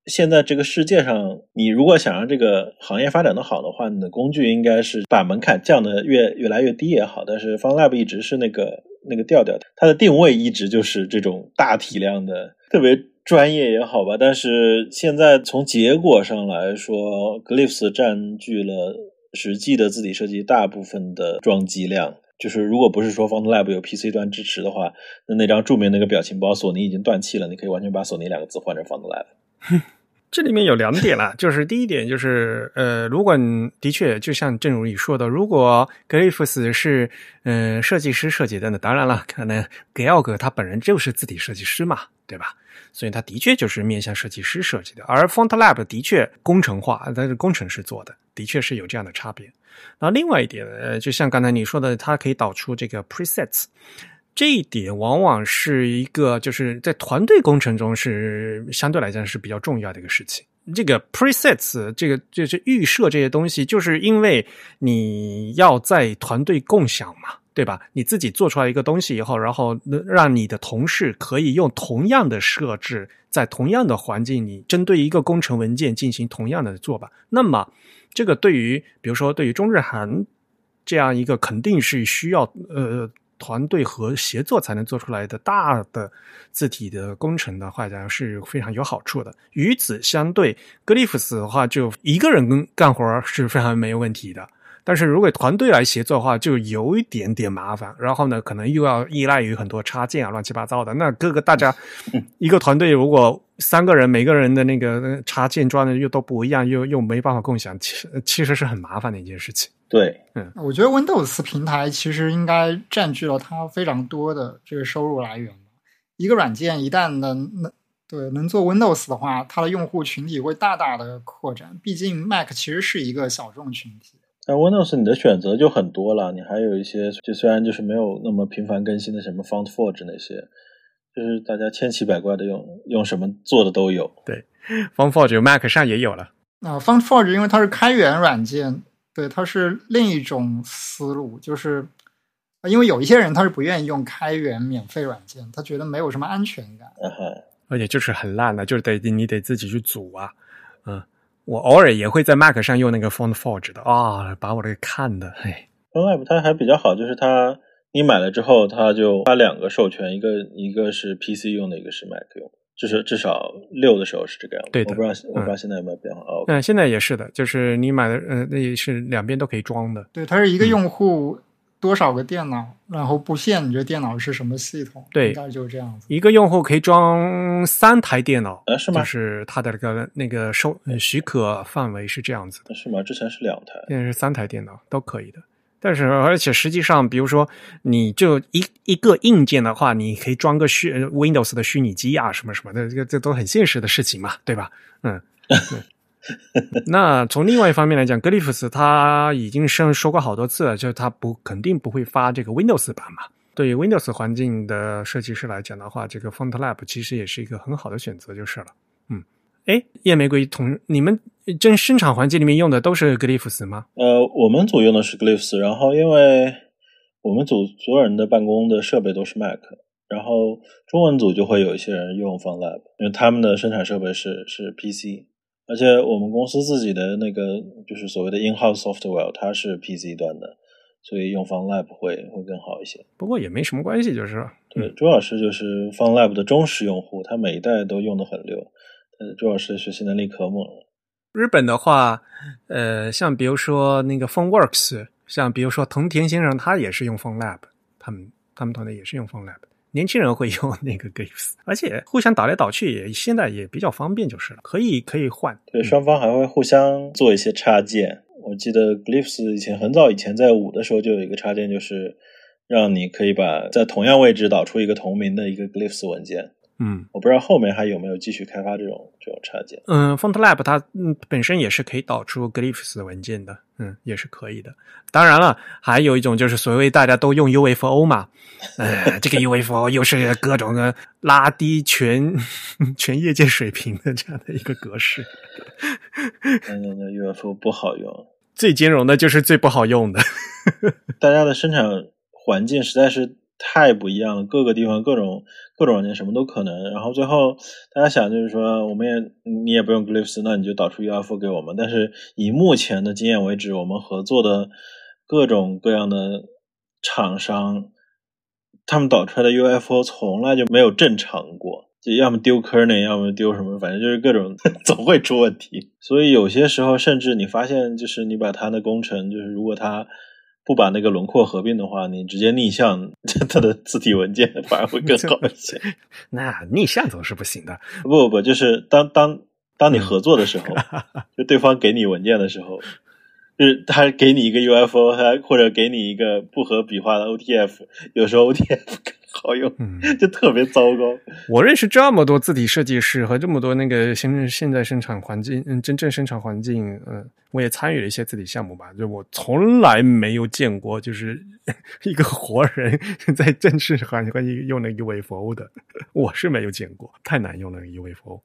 现在这个世界上，你如果想让这个行业发展的好的话，你的工具应该是把门槛降得越越来越低也好。但是 FunLab 一直是那个那个调调，它的定位一直就是这种大体量的，特别专业也好吧。但是现在从结果上来说 ，Glyphs 占据了实际的字体设计大部分的装机量。就是如果不是说 FunLab 有 P C 端支持的话，那那张著名那个表情包索尼已经断气了，你可以完全把索尼两个字换成 FunLab。 这里面有两点啦，就是第一点就是呃，如果你的确就像正如你说的，如果 Glyphs 是呃设计师设计的，那当然了，可能 Georg 他本人就是字体设计师嘛，对吧？所以他的确就是面向设计师设计的，而 FontLab 的确工程化，它是工程师做的，的确是有这样的差别。然后另外一点，呃，就像刚才你说的，它可以导出这个 presets。这一点往往是一个就是在团队工程中是相对来讲是比较重要的一个事情。这个 presets 这个就是预设这些东西，就是因为你要在团队共享嘛，对吧？你自己做出来一个东西以后，然后让你的同事可以用同样的设置，在同样的环境里针对一个工程文件进行同样的做法。那么这个对于比如说对于中日韩这样一个肯定是需要呃团队和协作才能做出来的大的字体的工程的话讲是非常有好处的。与此相对 Glyphs 的话就一个人干活是非常没有问题的，但是如果团队来协作的话就有一点点麻烦，然后呢可能又要依赖于很多插件啊乱七八糟的，那各个大家一个团队如果三个人每个人的那个插件装的又都不一样，又又没办法共享，其其实是很麻烦的一件事情。 对， 嗯，我觉得 Windows 平台其实应该占据了它非常多的这个收入来源。一个软件一旦能能对能做 Windows 的话，它的用户群体会大大的扩展。毕竟 Mac 其实是一个小众群体。 但 Windows 你的选择就很多了，你还有一些就虽然就是没有那么频繁更新的什么 FontForge 那些，就是大家千奇百怪的用用什么做的都有。 对 FontForge Mac 上也有了。 啊 FontForge 因为它是开源软件。对，它是另一种思路，就是因为有一些人他是不愿意用开源免费软件，他觉得没有什么安全感， uh-huh. 而且就是很烂的，就是得你得自己去组啊。嗯，我偶尔也会在 Mac 上用那个 FontForge 的啊、哦，把我这个看的，哎。 FontLab 它还比较好，就是它你买了之后，它就发两个授权，一个一个是 P C 用的，一个是 Mac 用的。至少至少六的时候是这个样子， 对的， 我不知道我不知道现在有没有变化。 嗯，哦、嗯现在也是的，就是你买的，呃，那是两边都可以装的。 对，它是一个用户多少个电脑，嗯、然后不限你这电脑是什么系统， 对， 应该就是这样子。 一个用户可以装三台电脑， 呃，是吗？ 就是它的那个那个收许可范围是这样子的。 是吗？之前是两台， 现在是三台电脑都可以的。但是而且实际上比如说你就一一个硬件的话，你可以装个虚 Windows 的虚拟机啊什么什么的，这个这都很现实的事情嘛，对吧？嗯。那从另外一方面来讲 Glyphs 它已经说过好多次了，就是它不肯定不会发这个 Windows 版嘛。对于 Windows 环境的设计师来讲的话，这个 FontLab 其实也是一个很好的选择就是了。嗯，诶，夜玫瑰同你们真生产环境里面用的都是 Glyphs 吗？ 呃，我们组用的是 Glyphs， 然后因为我们组所有人的办公的设备都是 Mac， 然后中文组就会有一些人用 FontLab， 因为他们的生产设备是是 P C， 而且我们公司自己的那个就是所谓的 in-house software 它是 P C 端的，所以用 FontLab 会会更好一些。 不过也没什么关系，就是对，周老师就是 FontLab 的忠实用户，他每一代都用得很溜。呃，周老师的学习能力可猛了。 日本的话，呃，像比如说那个 PhoneWorks， 像比如说藤田先生，他也是用 FontLab， 他们他们团队也是用 FontLab。年轻人会用那个 Glyphs， 而且互相导来导去也现在也比较方便，就是了，可以可以换。 对，双方还会互相做一些插件。我记得 Glyphs 以前很早以前在五的时候就有一个插件，就是让你可以把在同样位置导出一个同名的一个 Glyphs 文件。 嗯， 我不知道后面还有没有继续开发这种这种插件。 嗯 ，FontLab 它嗯本身也是可以导出 Glyphs 的文件的，嗯，也是可以的。当然了，还有一种就是所谓大家都用 U F O 嘛，呃，这个 U F O 又是各种的拉低全全业界水平的这样的一个格式。 那那那 U F O 不好用， 最兼容的就是最不好用的。 大家的生产环境实在是太不一样了，各个地方各种各种软件什么都可能。然后最后大家想就是说，我们也你也不用 Glyphs， 那你就导出 U F O 给我们。但是以目前的经验为止，我们合作的各种各样的厂商，他们导出来的 U F O 从来就没有正常过，就要么丢 kernel， 要么丢什么，反正就是各种总会出问题。所以有些时候甚至你发现，就是你把它的工程，就是如果它不把那个轮廓合并的话，你直接逆向它的字体文件反而会更好一些。 那逆向总是不行的。 不不不，就是当当当你合作的时候，嗯、就对方给你文件的时候，就是他给你一个 U F O， 他或者给你一个不合笔画的 O T F， 有时候 O T F 更好用，嗯、就特别糟糕。 我认识这么多字体设计师和这么多那个现现在生产环境，嗯，真正生产环境，嗯，我也参与了一些字体项目吧，就我从来没有见过，就是一个活人在正式环境用那个 U F O 的，我是没有见过，太难用了 U F O。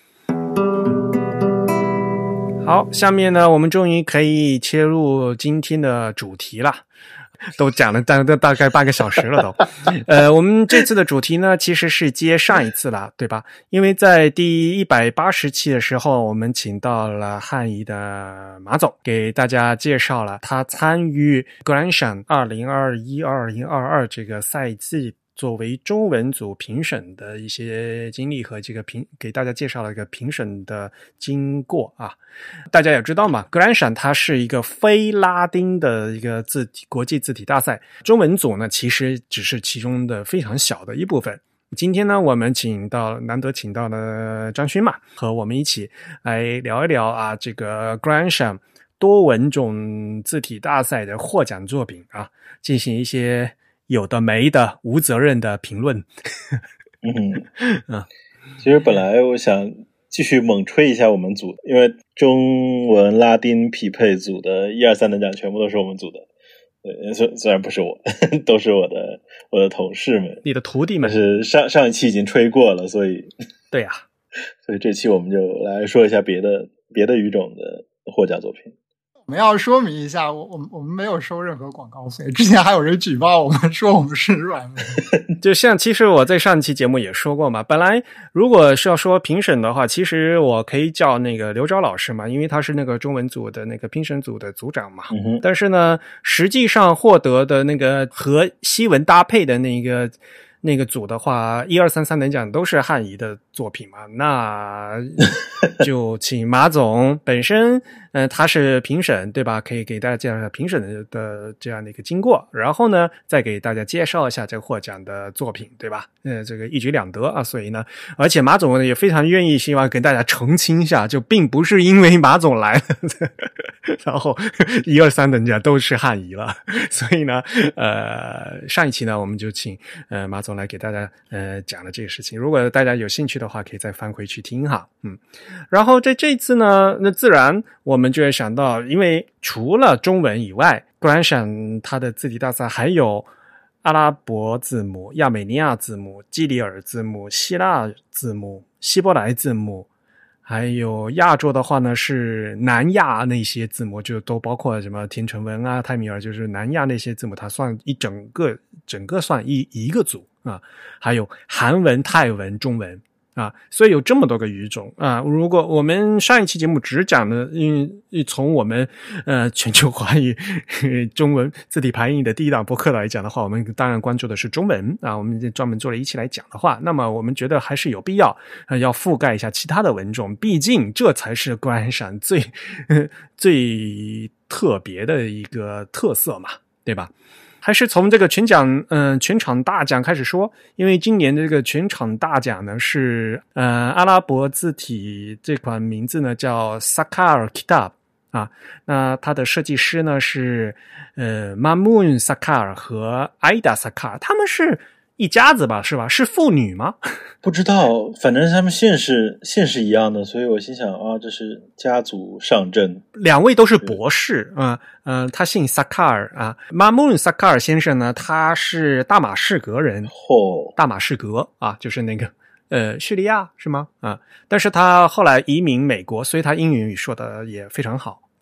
好，下面呢，我们终于可以切入今天的主题了。都讲了大大概半个小时了都，呃，我们这次的主题呢，其实是接上一次了，对吧？因为在第一百八十期的时候，我们请到了汉仪的马总，给大家介绍了他参与 Grandson 二零二一 二零二二这个赛季作为中文组评审的一些经历和这个评，给大家介绍了一个评审的经过啊。大家也知道嘛 ，Grandson 它是一个非拉丁的一个字体国际字体大赛，中文组呢其实只是其中的非常小的一部分。今天呢，我们请到难得请到了张勋嘛，和我们一起来聊一聊啊，这个 Grandson 多文种字体大赛的获奖作品啊，进行一些有的没的无责任的评论。 嗯啊，其实本来我想继续猛吹一下我们组，因为中文拉丁匹配组的一二三等奖全部都是我们组的。对，虽虽然不是我，都是我的我的同事们， 你的徒弟们。 但是上上一期已经吹过了，所以对呀、啊， 所以这期我们就来说一下别的别的语种的获奖作品。 我们要说明一下，我我们我们没有收任何广告费。之前还有人举报我们说我们是软文， 就像其实我在上期节目也说过嘛，本来如果是要说评审的话，其实我可以叫那个刘钊老师嘛，因为他是那个中文组的那个评审组的组长嘛。 嗯、 但是呢，实际上获得的那个和西文搭配的那个。那个组的话，一二三三等奖都是汉仪的作品嘛，那就请马总本身，呃，他是评审对吧？可以给大家介绍一下评审的的这样的一个经过，然后呢，再给大家介绍一下这个获奖的作品，对吧？呃，这个一举两得啊，所以呢，而且马总也非常愿意，希望跟大家澄清一下，就并不是因为马总来了，然后一二三等奖都是汉仪了，所以呢，呃，上一期呢，我们就请呃马总来给大家呃讲了这个事情，如果大家有兴趣的话，可以再翻回去听哈，嗯，然后在这次呢，那自然我们就会想到，因为除了中文以外 ，Grandson 它的字体大赛还有阿拉伯字母、亚美尼亚字母、基里尔字母、希腊字母、希伯来字母。还有亚洲的话呢，是南亚那些字母，就都包括什么田承文啊、泰米尔，就是南亚那些字母，它算一整个整个算一一个组啊。还有韩文、泰文、中文啊，所以有这么多个语种啊。如果我们上一期节目只讲了，因为从我们呃全球华语中文字体排印的第一档播客来讲的话，我们当然关注的是中文啊。我们专门做了一期来讲的话，那么我们觉得还是有必要、呃、要覆盖一下其他的文种，毕竟这才是Grandson最、呃、最特别的一个特色嘛，对吧？还是从这个全奖，嗯、呃，全场大奖开始说，因为今年的这个全场大奖呢是，呃，阿拉伯字体这款名字呢叫 Sakar Kitab 啊，那它的设计师呢是，呃 Mamoun Sakar 和 Aida Sakar， 他们是一家子吧，是吧？是父女吗？ 不知道，反正他们姓是姓是一样的，所以我心想啊，这是家族上阵。 两位都是博士啊，嗯、呃，他姓萨卡尔啊 ，Mamoun 萨卡尔先生呢，他是大马士革人， 哦， 大马士革啊，就是那个呃叙利亚是吗？啊，但是他后来移民美国，所以他英语说的也非常好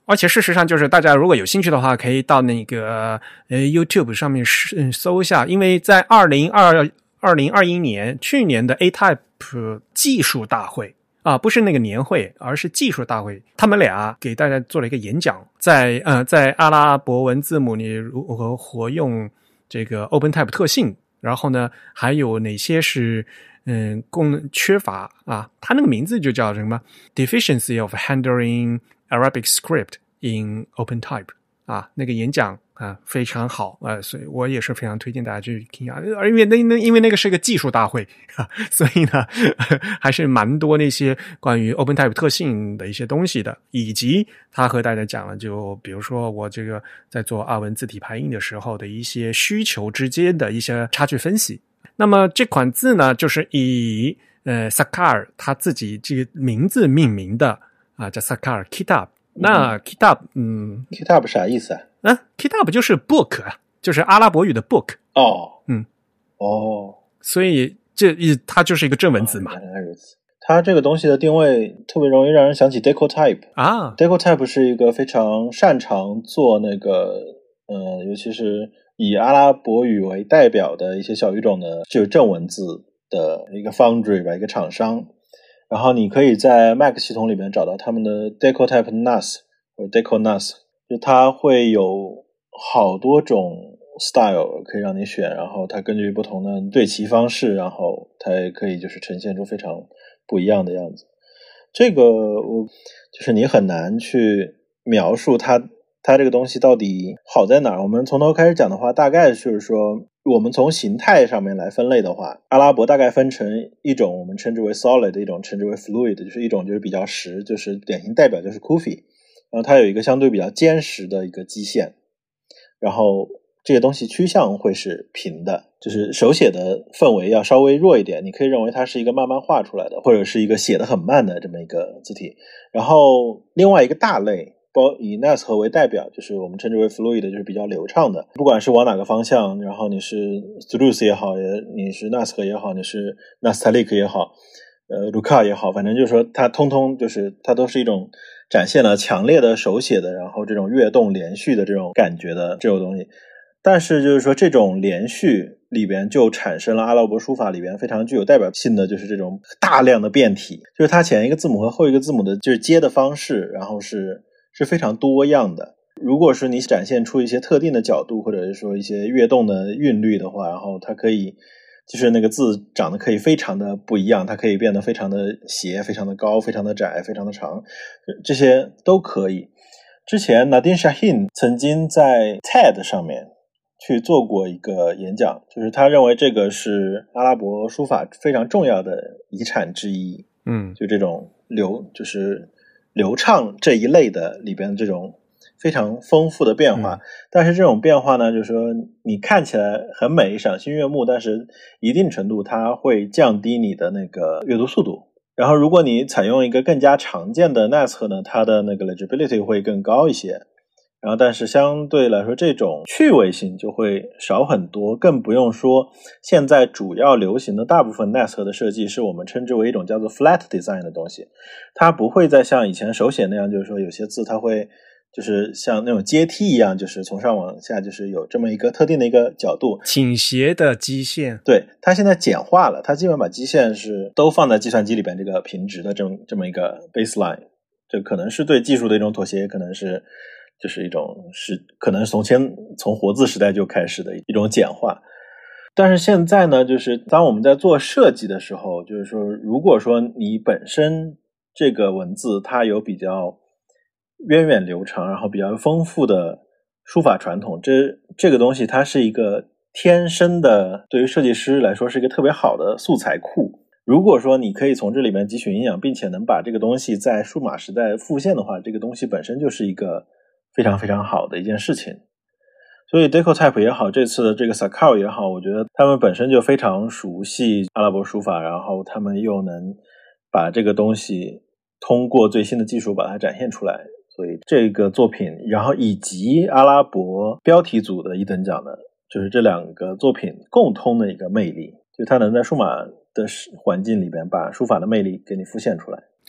而且事实上就是大家如果有兴趣的话，可以到那个呃 YouTube 上面搜一下，因为在二零二二零二一年去年的 A-Type 技术大会啊，不是那个年会，而是技术大会，他们俩给大家做了一个演讲，在呃在阿拉伯文字母你如何活用这个 OpenType 特性，然后呢还有哪些是嗯功能缺乏啊，它那个名字就叫什么 Deficiency of Handling Arabic Script in OpenType 啊，那个演讲啊非常好啊，所以我也是非常推荐大家去听啊，而因为那那因为那个是个技术大会啊，所以呢还是蛮多那些关于 OpenType 特性的一些东西的，以及他和大家讲了，就比如说我这个在做阿文字体排印的时候的一些需求之间的一些差距分析。那么这款字呢，就是以呃 Saqqar 他自己这个名字命名的啊，叫 Saqqar Kitab。那 Kitab 嗯 Kitab 啥意思啊？ 啊 Kitab 就是 book 啊，就是阿拉伯语的 book。 哦， 嗯， 哦， 所以这它就是一个正文字嘛。 原来如此。它这个东西的定位特别容易让人想起 Decotype 啊 Decotype 是一个非常擅长做那个呃，尤其是以阿拉伯语为代表的一些小语种的就是正文字的一个 foundry 吧，一个厂商。然后你可以在 Mac 系统里面找到他们的 Decotype N A S 或者 Deco N A S， 就它会有好多种 style 可以让你选，然后它根据不同的对齐方式，然后它也可以就是呈现出非常不一样的样子。这个我就是你很难去描述它它这个东西到底好在哪儿。我们从头开始讲的话，大概就是说我们从形态上面来分类的话，阿拉伯大概分成一种我们称之为 solid， 一种称之为 fluid， 就是一种就是比较实，就是典型代表就是 Kufi， 然后它有一个相对比较坚实的一个基线，然后这些东西趋向会是平的，就是手写的氛围要稍微弱一点，你可以认为它是一个慢慢画出来的，或者是一个写得很慢的这么一个字体。然后另外一个大类包以 N A S 为代表，就是我们称之为 fluid， 就是比较流畅的，不管是往哪个方向，然后你是 Struz 也好，也你是 N A S 也好，你是 Nastaliq 也好，呃 Ruka 也好，反正就是说它通通就是它都是一种展现了强烈的手写的，然后这种跃动连续的这种感觉的这种东西。但是就是说这种连续里边就产生了阿拉伯书法里边非常具有代表性的就是这种大量的变体，就是它前一个字母和后一个字母的就是接的方式，然后是是非常多样的。如果是你展现出一些特定的角度，或者是说一些跃动的韵律的话，然后它可以就是那个字长得可以非常的不一样，它可以变得非常的斜，非常的高，非常的窄，非常的长，这些都可以。之前 Nadim Shahin 曾经在 TED 上面去做过一个演讲，就是他认为这个是阿拉伯书法非常重要的遗产之一。 嗯， 就这种流就是流畅这一类的里边这种非常丰富的变化、嗯、但是这种变化呢，就是说你看起来很美赏心悦目，但是一定程度它会降低你的那个阅读速度。然后如果你采用一个更加常见的 N A S 呢，它的那个 legibility 会更高一些，然后但是相对来说这种趣味性就会少很多，更不用说现在主要流行的大部分 N A S 的设计是我们称之为一种叫做 flat design 的东西，它不会再像以前手写那样，就是说有些字它会就是像那种阶梯一样，就是从上往下就是有这么一个特定的一个角度倾斜的基线。 对，它现在简化了，它基本把基线是都放在计算机里边这个平直的这么这么一个 baseline， 这可能是对技术的一种妥协，也可能是就是一种是可能从前从活字时代就开始的一种简化。但是现在呢，就是当我们在做设计的时候，就是说如果说你本身这个文字它有比较源远流长然后比较丰富的书法传统，这这个东西它是一个天生的，对于设计师来说是一个特别好的素材库。如果说你可以从这里面汲取营养，并且能把这个东西在数码时代复现的话，这个东西本身就是一个非常非常好的一件事情。所以 Decotype 也好，这次的这个 Saqqar 也好，我觉得他们本身就非常熟悉阿拉伯书法，然后他们又能把这个东西通过最新的技术把它展现出来。所以这个作品，然后以及阿拉伯标题组的一等奖的，就是这两个作品共通的一个魅力，就它能在数码的环境里边把书法的魅力给你复现出来。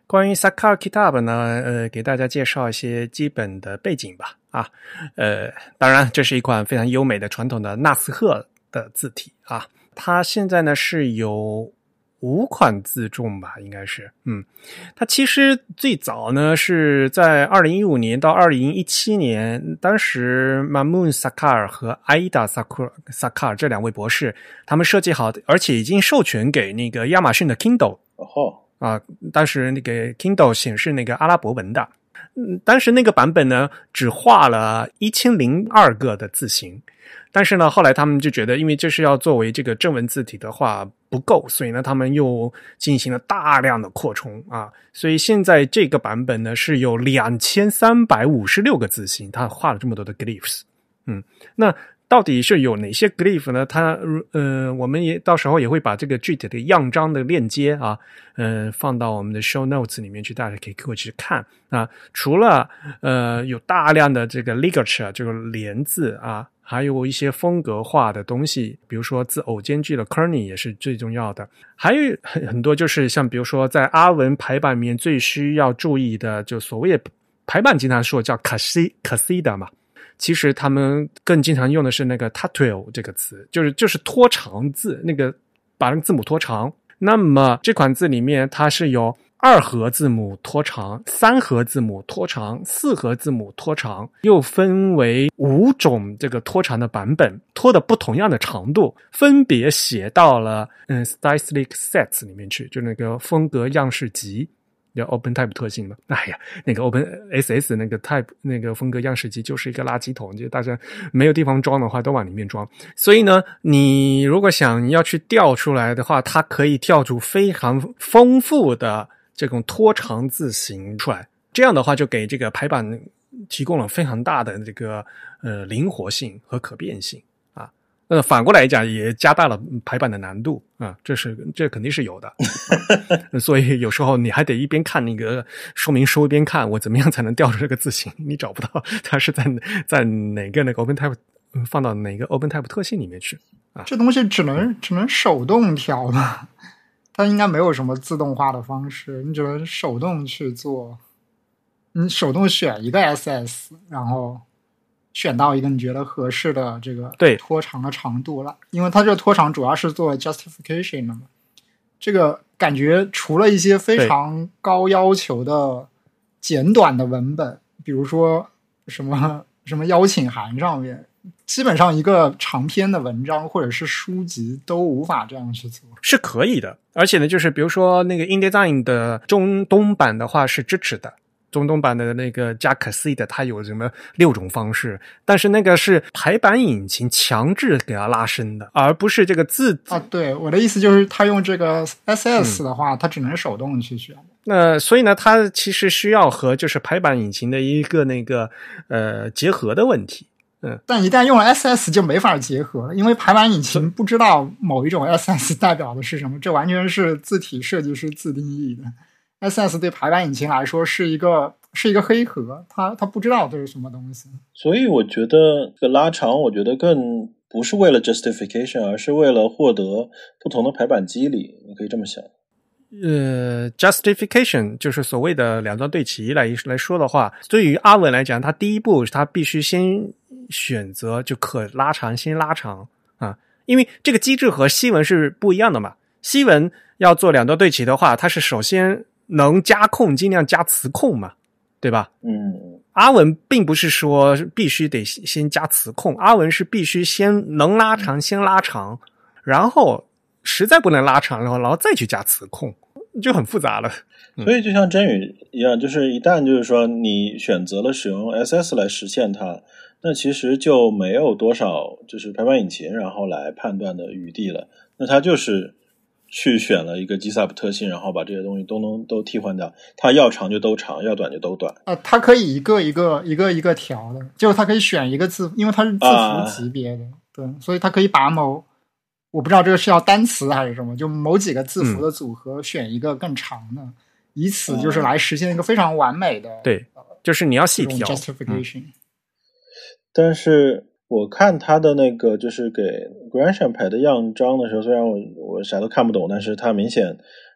关于 Sakkar Kitab 呢，呃，给大家介绍一些基本的背景吧。啊，呃，当然，这是一款非常优美的传统的纳斯赫的字体啊。它现在呢是有五款字重吧，应该是，嗯，它其实最早呢是在二零一五年到二零一七年，当时 Mamoon Sakkar 和 Aida Sakkar 这两位博士，他们设计好的，而且已经授权给那个亚马逊的 Kindle。 哦， 啊，当时那个 Kindle 显示那个阿拉伯文的，嗯，当时那个版本呢只画了一千零二个的字形。但是呢，后来他们就觉得，因为这是要作为这个正文字体的话不够，所以呢，他们又进行了大量的扩充啊。所以现在这个版本呢是有两千三百五十六个字形，它画了这么多的 glyphs。嗯，那到底是有哪些 glyph 呢？它呃，我们也到时候也会把这个具体的样章的链接啊，呃，放到我们的 show notes 里面去，大家可以过去看啊。除了呃有大量的这个 ligature 这个连字啊。还有一些风格化的东西，比如说字偶间距的 kerning 也是最重要的。还有很多就是像比如说在阿文排版里面最需要注意的，就所谓的排版经常说叫 qasida 嘛，其实他们更经常用的是那个 tatwil 这个词，就是就是拖长字，那个把那个字母拖长。那么这款字里面它是有二合字母拖长、三合字母拖长、四合字母拖长，又分为五种这个拖长的版本，拖的不同样的长度，分别写到了嗯 stylistic sets 里面去，就那个风格样式集。叫 OpenType 特性嘛，哎呀，那个 OpenSS 那个 Type 那个风格样式集就是一个垃圾桶，就大家没有地方装的话都往里面装。所以呢，你如果想要去调出来的话，它可以调出非常丰富的这种拖长字形出来，这样的话就给这个排版提供了非常大的这个呃灵活性和可变性啊。呃，反过来讲也加大了排版的难度啊，这是这肯定是有的。所以有时候你还得一边看那个说明书一边看我怎么样才能调出这个字形，你找不到它是在在哪个那个 OpenType 放到哪个 OpenType 特性里面去啊。 这东西只能只能手动调嘛，它应该没有什么自动化的方式，你只能手动去做，你手动选一个 S S， 然后选到一个你觉得合适的这个拖长的长度了，因为它这个拖长主要是做 justification 的嘛。这个感觉除了一些非常高要求的简短的文本，比如说什么什么邀请函上面，基本上一个长篇的文章或者是书籍都无法这样去做。 是可以的，而且呢，就是比如说那个 InDesign 的中东版的话是支持的。中东版的那个加 qasida 它有什么六种方式，但是那个是排版引擎强制给它拉伸的，而不是这个字啊。对，我的意思就是它用这个 S S 的话、嗯、它只能手动去选。 那所以呢它其实需要和就是排版引擎的一个那个呃结合的问题。嗯， 但一旦用了 S S 就没法结合了，因为排版引擎不知道某一种 S S 代表的是什么，这完全是字体设计师自定义的。S S 对排版引擎来说是一个是一个黑盒，它它不知道这是什么东西。 所以我觉得这个拉长，我觉得更不是为了 justification， 而是为了获得不同的排版机理，你可以这么想。 呃 ，justification 就是所谓的两段对齐来来说的话，对于阿文来讲，他第一步他必须先选择就可拉长，先拉长啊，因为这个机制和西文是不一样的嘛。西文要做两段对齐的话，它是首先能加空尽量加词控嘛，对吧？ 嗯， 阿文并不是说必须得先加词控，阿文是必须先能拉长先拉长，然后实在不能拉长，然后然后再去加词控，就很复杂了。 所以就像真语一样，就是一旦就是说你选择了使用 S S 来实现它，那其实就没有多少就是排版引擎然后来判断的余地了，那它就是去选了一个 G S A P 特性，然后把这些东西都能都替换掉，它要长就都长，要短就都短。 呃，它可以一个一个一个一个调的，就是它可以选一个字，因为它是字符级别的，啊、对，所以它可以把某我不知道这个是要单词还是什么，就某几个字符的组合选一个更长的，嗯、以此就是来实现一个非常完美的。 对，就是你要细调 justification、嗯。 但是我看他的那个就是给 Grandchamp 排的样章的时候，虽然我我啥都看不懂，但是他明显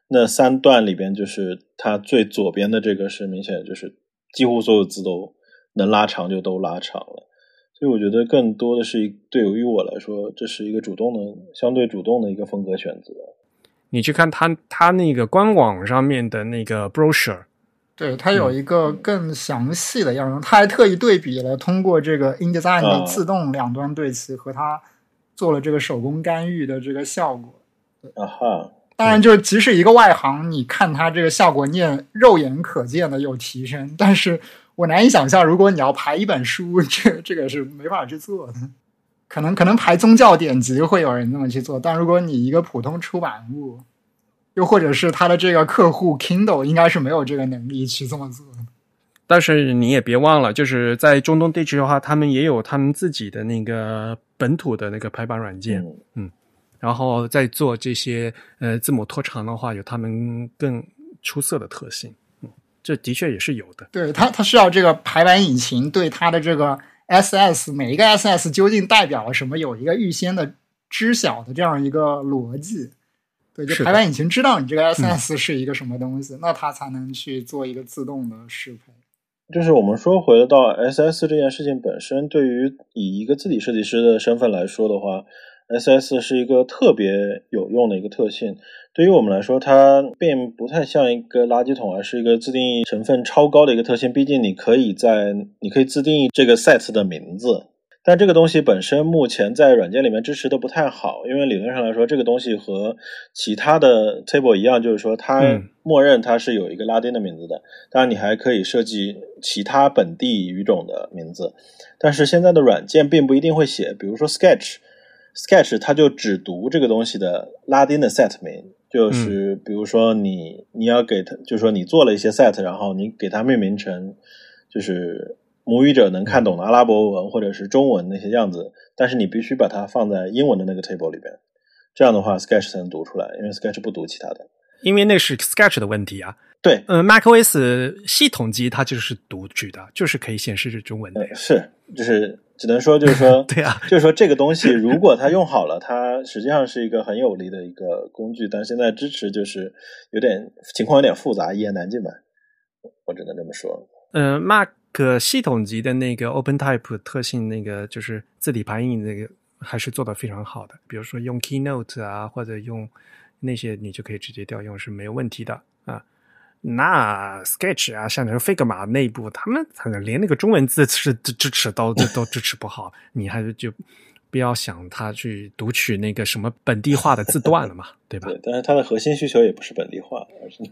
那三段里边，就是它最左边的这个是明显就是几乎所有字都能拉长就都拉长了，所以我觉得更多的是对于我来说，这是一个主动的相对主动的一个风格选择。 你去看它它那个官网上面的那个 brochure， 对，它有一个更详细的样子，它还特意对比了通过这个 InDesign 的自动两端对齐和它做了这个手工干预的这个效果。 啊哈， 当然就是即使一个外行，你看它这个效果，你也肉眼可见的有提升，但是我难以想象，如果你要排一本书，这这个是没法去做的。可能可能排宗教典籍会有人这么去做，但如果你一个普通出版物，又或者是他的这个客户 Kindle， 应该是没有这个能力去这么做的。 但是你也别忘了，就是在中东地区的话，他们也有他们自己的那个本土的那个排版软件，嗯，嗯然后再做这些呃字母拖长的话，有他们更出色的特性，嗯，这的确也是有的。 对，它它需要这个排版引擎对它的这个 S S 每一个 S S 究竟代表了什么，有一个预先的知晓的这样一个逻辑。对，就排版引擎知道你这个 S S 是一个什么东西，嗯，那它才能去做一个自动的适配。 就是我们说回到 S S 这件事情本身，对于以一个字体设计师的身份来说的话， S S 是一个特别有用的一个特性。对于我们来说，它并不太像一个垃圾桶，而是一个自定义成分超高的一个特性。毕竟你可以在你可以自定义这个 set 的名字，但这个东西本身目前在软件里面支持的不太好，因为理论上来说，这个东西和其他的 table 一样，就是说它默认它是有一个拉丁的名字的，当然你还可以设计其他本地语种的名字，但是现在的软件并不一定会写，比如说 Sketch Sketch 它就只读这个东西的拉丁的 set 名，就是比如说你你要给它，就是说你做了一些 set， 然后你给它命名成就是母语者能看懂的阿拉伯文或者是中文那些样子，但是你必须把它放在英文的那个 table 里边，这样的话 Sketch 才能读出来，因为 Sketch 不读其他的。 因为那是 Sketch 的问题啊。 对， 呃 macOS 系统机它就是读取的，就是可以显示中文的、 呃。是，就是只能说就是说对啊， 就是说这个东西如果它用好了，它实际上是一个很有力的一个工具，但现在支持就是有点情况有点复杂，一言难尽吧，我只能这么说。 呃 Mac 系统级的那个 OpenType 特性，那个就是字体排印那个还是做得非常好的，比如说用 Keynote 啊，或者用那些你就可以直接调用是没有问题的啊。那 Sketch 啊，像是 Figma 内部，他们可能连那个中文字是支持都都支持不好，你还是就不要想他去读取那个什么本地化的字段了嘛，对吧？ 对，但是它的核心需求也不是本地化，而是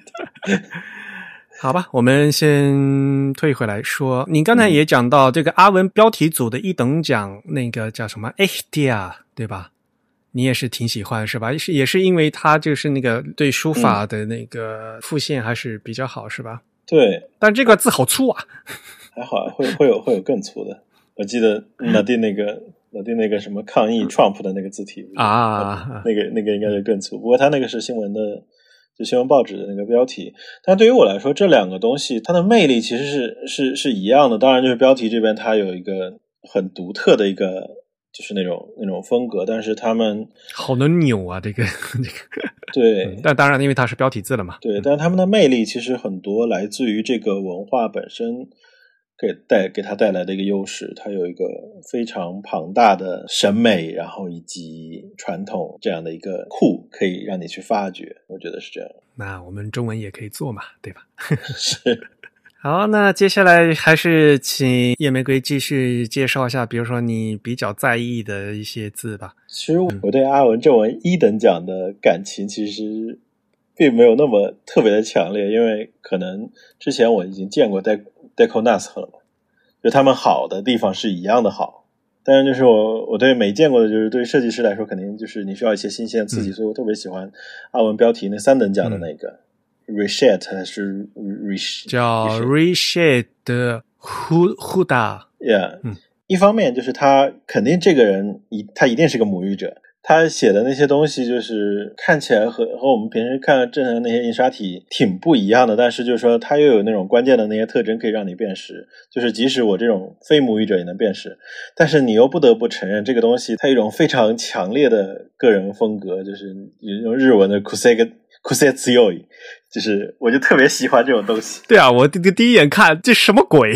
好吧，我们先退回来说，你刚才也讲到这个阿文标题组的一等奖，那个叫什么 H D R 对吧？你也是挺喜欢是吧？也是因为它就是那个对书法的那个复现还是比较好、嗯、是吧？ 对， 但这个字好粗啊。 还好会会有会有更粗的。我记得老弟那个老弟那个什么抗议 Trump 的那个字体啊， 那个那个应该是更粗，不过他那个是新闻的，就新闻报纸的那个标题。但对于我来说，这两个东西它的魅力其实是是是一样的。当然，就是标题这边它有一个很独特的一个，就是那种那种风格，但是他们好能扭啊，这个这个对、 嗯，但当然因为它是标题字了嘛。 对，但是他们的魅力其实很多来自于这个文化本身。给带给它带来的一个优势，它有一个非常庞大的审美，然后以及传统这样的一个库，可以让你去发掘，我觉得是这样。 那我们中文也可以做嘛，对吧？ 是。 好，那接下来还是请叶玫瑰继续介绍一下，比如说你比较在意的一些字吧。 其实我对阿文正文一等奖的感情其实并没有那么特别的强烈，因为可能之前我已经见过在Deconask 了嘛，就他们好的地方是一样的好，但是就是我我对没见过的，就是对于设计师来说肯定就是你需要一些新鲜刺激、嗯、所以我特别喜欢阿文标题那三等奖的那个、嗯、Reshed 还是 Reshed 叫 Reshed Huda Yeah、嗯、一方面就是他肯定这个人他一定是个母语者，他写的那些东西就是看起来和和我们平时看正常的那些印刷体挺不一样的，但是就是说他又有那种关键的那些特征可以让你辨识，就是即使我这种非母语者也能辨识，但是你又不得不承认这个东西它有一种非常强烈的个人风格，就是有一种日文的 kusege クセ強い，就是我就特别喜欢这种东西。 对啊，我第第一眼看这什么鬼？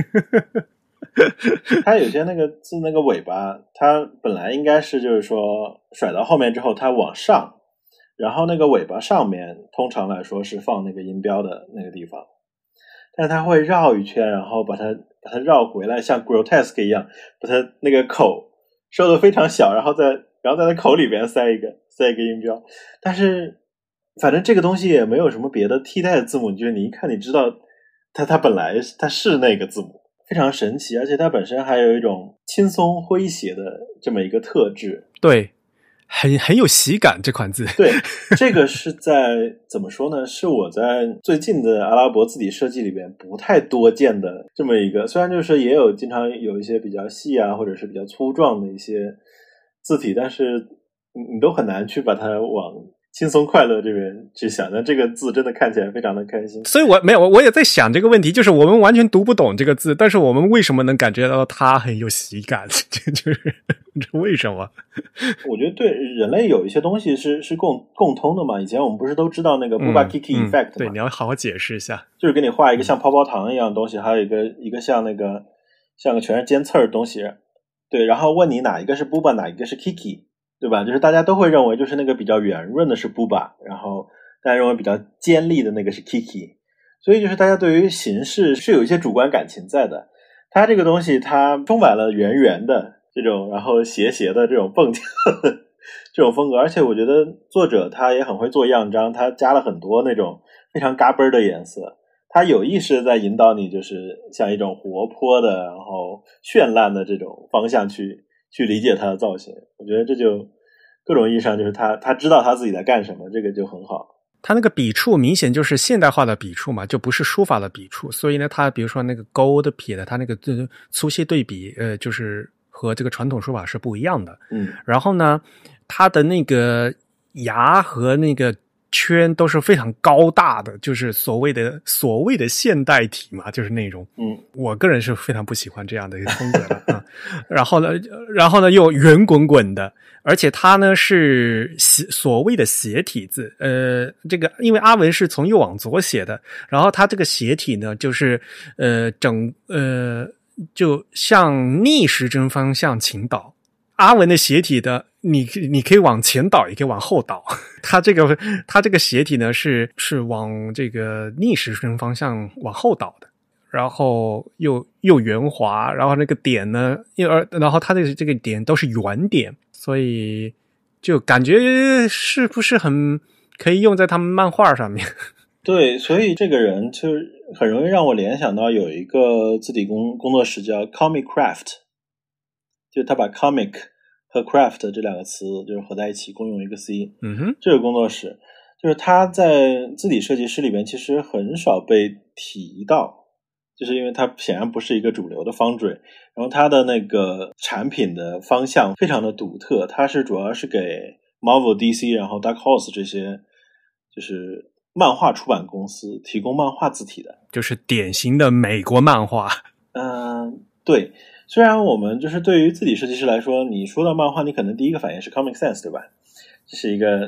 它有些那个字那个尾巴，它本来应该是就是说甩到后面之后它往上，然后那个尾巴上面通常来说是放那个音标的那个地方，但是它会绕一圈，然后把它把它绕回来，像 grotesque 一样，把它那个口收得非常小，然后在然后在它口里边塞一个塞一个音标。但是反正这个东西也没有什么别的替代的字母，就是你一看你知道它它本来它是那个字母，非常神奇，而且它本身还有一种轻松诙谐的这么一个特质。 对，很很有喜感这款字。 对，这个是在怎么说呢？是我在最近的阿拉伯字体设计里边不太多见的这么一个，虽然就是也有经常有一些比较细啊，或者是比较粗壮的一些字体，但是你都很难去把它往轻松快乐这边去想，但这个字真的看起来非常的开心。 所以我没有，我也在想这个问题，就是我们完全读不懂这个字，但是我们为什么能感觉到它很有喜感？这就是为什么？ 我觉得对人类有一些东西是是共共通的嘛。以前我们不是都知道那个 Bouba-Kiki effect 嘛、 嗯嗯、对，你要好好解释一下。 就是给你画一个像泡泡糖一样的东西，还有一个一个像那个像个全是尖刺儿的东西，对，然后问你哪一个是 Bouba 哪一个是 Kiki， 对吧？就是大家都会认为就是那个比较圆润的是 Bouba， 然后大家认为比较尖利的那个是 Kiki， 所以就是大家对于形式是有一些主观感情在的。它这个东西它充满了圆圆的这种，然后斜斜的这种蹦跳的这种风格，而且我觉得作者他也很会做样章，他加了很多那种非常嘎嘣的颜色，他有意识在引导你，就是像一种活泼的，然后绚烂的这种方向去去理解它的造型。我觉得这就各种意义上就是他他知道他自己在干什么，这个就很好。 他那个笔触明显就是现代化的笔触嘛，就不是书法的笔触，所以呢，他比如说那个勾的撇的，他那个粗细对比，呃，就是和这个传统书法是不一样的。 嗯， 然后呢，他的那个牙和那个圈都是非常高大的，就是所谓的所谓的现代体嘛，就是那种， 嗯， 我个人是非常不喜欢这样的一个风格的啊。然后呢，然后呢又圆滚滚的，而且它呢是所谓的斜体字，呃，这个因为阿文是从右往左写的，然后它这个斜体呢就是呃整呃就向逆时针方向倾倒。阿文的斜体的，你你可以往前倒，也可以往后倒。它这个它这个斜体呢是是往这个逆时针方向往后倒的，然后又又圆滑，然后那个点呢，又然后它的这个点都是圆点，所以就感觉是不是很可以用在他们漫画上面？ 对，所以这个人就很容易让我联想到有一个字体工工作室叫 Comic Craft， 就他把 comic和 craft 这两个词就是合在一起，共用一个 C。 嗯哼， 这个工作室就是他在字体设计师里边其实很少被提到，就是因为它显然不是一个主流的 foundry， 然后它的那个产品的方向非常的独特，它是主要是给 Marvel、D C 然后 Dark Horse 这些就是漫画出版公司提供漫画字体的， 就是典型的美国漫画。 嗯、呃，对。虽然我们就是对于字体设计师来说，你说到漫画，你可能第一个反应是 Comic Sans， 对吧？这是一个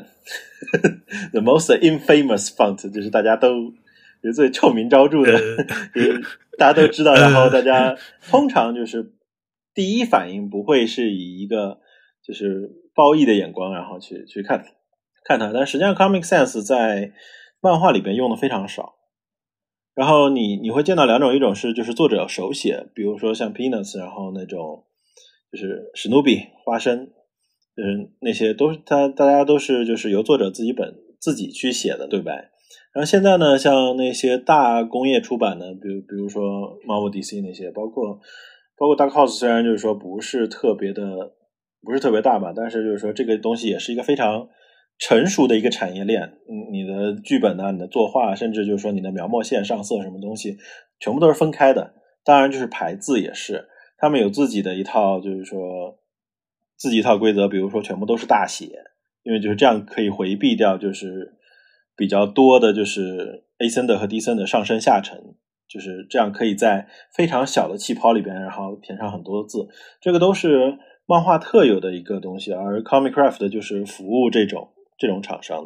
the most infamous font， 就是大家都就是最臭名昭著的，就是大家都知道。然后大家通常就是第一反应不会是以一个就是褒义的眼光，然后去去看看它。但实际上 Comic Sans 在漫画里边用的非常少。然后你你会见到两种，一种是就是作者手写，比如说像 Peanuts， 然后那种就是史努比、花生，就是那些都是他大家都是就是由作者自己本自己去写的对白。然后现在呢，像那些大工业出版的，比如比如说 Marvel、D C 那些，包括包括 Dark Horse， 虽然就是说不是特别的不是特别大吧，但是就是说这个东西也是一个非常成熟的一个产业链，你的剧本啊，你的作画，甚至就是说你的描墨线、上色什么东西，全部都是分开的。当然就是排字也是，他们有自己的一套，就是说自己一套规则，比如说全部都是大写，因为就是这样可以回避掉就是比较多的就是 A 森的和 D 森的上升下沉，就是这样可以在非常小的气泡里边然后填上很多字，这个都是漫画特有的一个东西，而 Comic Craft 就是服务这种这种厂商的，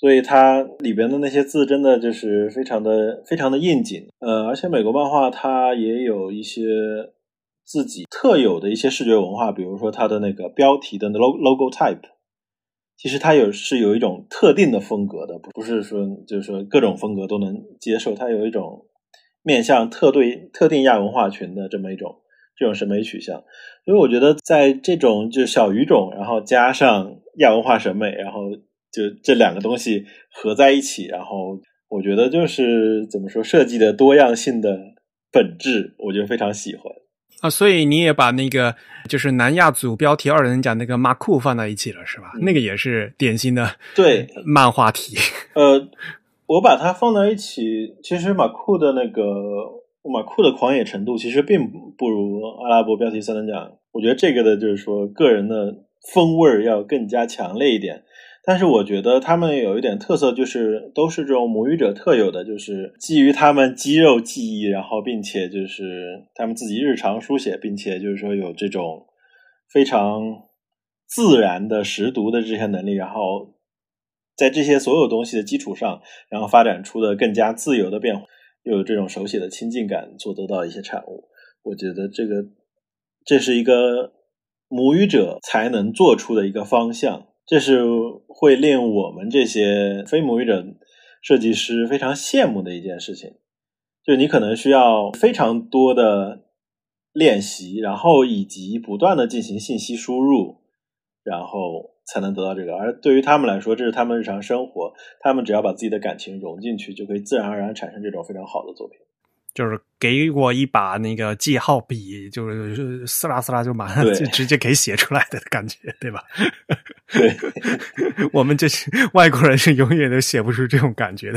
所以它里边的那些字真的就是非常的非常的应景。呃，而且美国漫画它也有一些自己特有的一些视觉文化，比如说它的那个标题的 logo type， 其实它有是有一种特定的风格的，不是说就是说各种风格都能接受，它有一种面向特对特定亚文化群的这么一种这种审美取向。所以我觉得在这种就小语种，然后加上亚文化审美，然后就这两个东西合在一起，然后我觉得就是怎么说，设计的多样性的本质，我就非常喜欢啊。所以你也把那个就是南亚组标题二人奖那个马库放在一起了是吧？嗯、那个也是典型的对漫画体。 呃，我把它放在一起，其实马库的那个马库的狂野程度其实并不如阿拉伯标题三等奖，我觉得这个的就是说个人的风味要更加强烈一点。但是我觉得他们有一点特色，就是都是这种母语者特有的，就是基于他们肌肉记忆，然后并且就是他们自己日常书写，并且就是说有这种非常自然的识读的这些能力，然后在这些所有东西的基础上，然后发展出的更加自由的变化，又有这种手写的亲近感所得到一些产物。我觉得这个这是一个母语者才能做出的一个方向，这是会令我们这些非母语者设计师非常羡慕的一件事情。就你可能需要非常多的练习，然后以及不断的进行信息输入，然后才能得到这个。而对于他们来说，这是他们日常生活，他们只要把自己的感情融进去，就可以自然而然产生这种非常好的作品。 就是给我一把那个记号笔，就是撕拉撕拉就马上就直接可以写出来的感觉，对吧？ 对， 我们这些外国人是永远都写不出这种感觉的。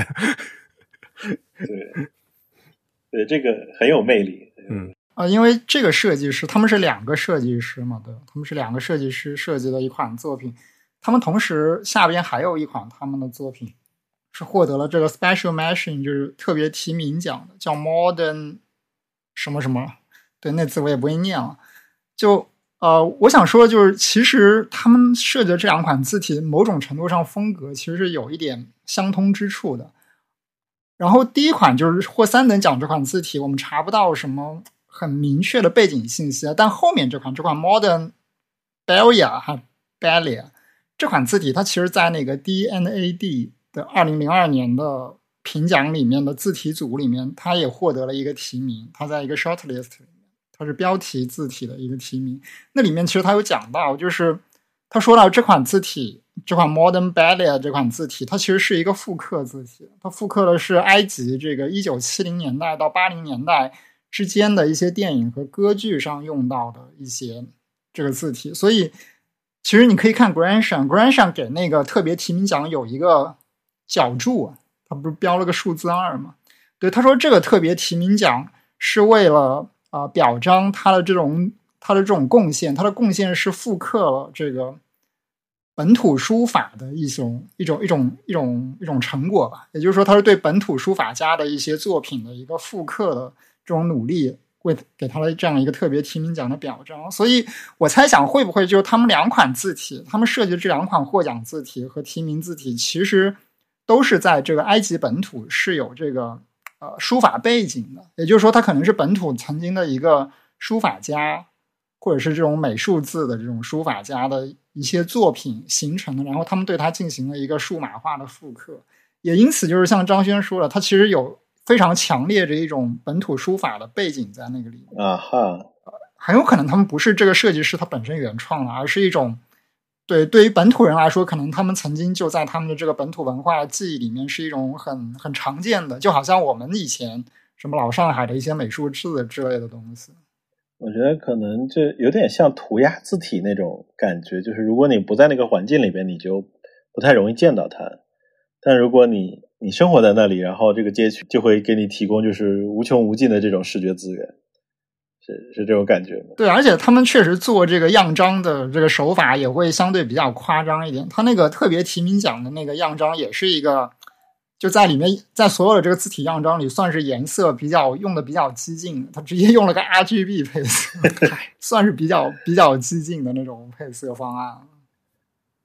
对，对，这个很有魅力。 嗯啊、呃，因为这个设计师他们是两个设计师嘛，对，他们是两个设计师设计的一款作品，他们同时下边还有一款他们的作品。是获得了这个 Special Mention， 就是特别提名奖的，叫 Modern 什么什么，对，那字我也不会念了。就呃，我想说就是，其实他们设计的这两款字体，某种程度上风格其实是有一点相通之处的。然后第一款就是获三等奖这款字体，我们查不到什么很明确的背景信息，但后面这款这款 Modern Belia 还 Belia 这款字体，它其实在那个 D N A D的二零零二年的评奖里面的字体组里面，它也获得了一个提名，它在一个 shortlist 里面，它是标题字体的一个提名。那里面其实它有讲到，就是他说到这款字体，这款 Modern Belia 这款字体，它其实是一个复刻字体，它复刻的是埃及这个一九七零年代到八零年代之间的一些电影和歌剧上用到的一些这个字体。所以其实你可以看 Grandson Grandson 给那个特别提名奖有一个角注，他不是标了个数字二吗？对，他说这个特别提名奖是为了呃表彰他的这种他的这种贡献，他的贡献是复刻了这个本土书法的一种一种一种一种一种成果吧。也就是说，他是对本土书法家的一些作品的一个复刻的这种努力，会给他的这样一个特别提名奖的表彰。所以我猜想会不会就是他们两款字体，他们设计的这两款获奖字体和提名字体，其实都是在这个埃及本土是有这个呃书法背景的，也就是说他可能是本土曾经的一个书法家，或者是这种美术字的这种书法家的一些作品形成的，然后他们对它进行了一个数码化的复刻。也因此就是像张轩说的，他其实有非常强烈的一种本土书法的背景在那个里面啊哈， 很有可能他们不是这个设计师他本身原创的，而是一种对对于本土人来说，可能他们曾经就在他们的这个本土文化记忆里面是一种很很常见的，就好像我们以前什么老上海的一些美术字之类的东西。 我觉得可能就有点像涂鸦字体那种感觉，就是如果你不在那个环境里边，你就不太容易见到它。但如果你你生活在那里，然后这个街区就会给你提供就是无穷无尽的这种视觉资源。是是这种感觉吗？ 对，而且他们确实做这个样章的这个手法也会相对比较夸张一点。他那个特别提名奖的那个样章也是一个，就在里面，在所有的这个字体样章里，算是颜色比较用的比较激进的。他直接用了个 R G B 配色，算是比较比较激进的那种配色方案。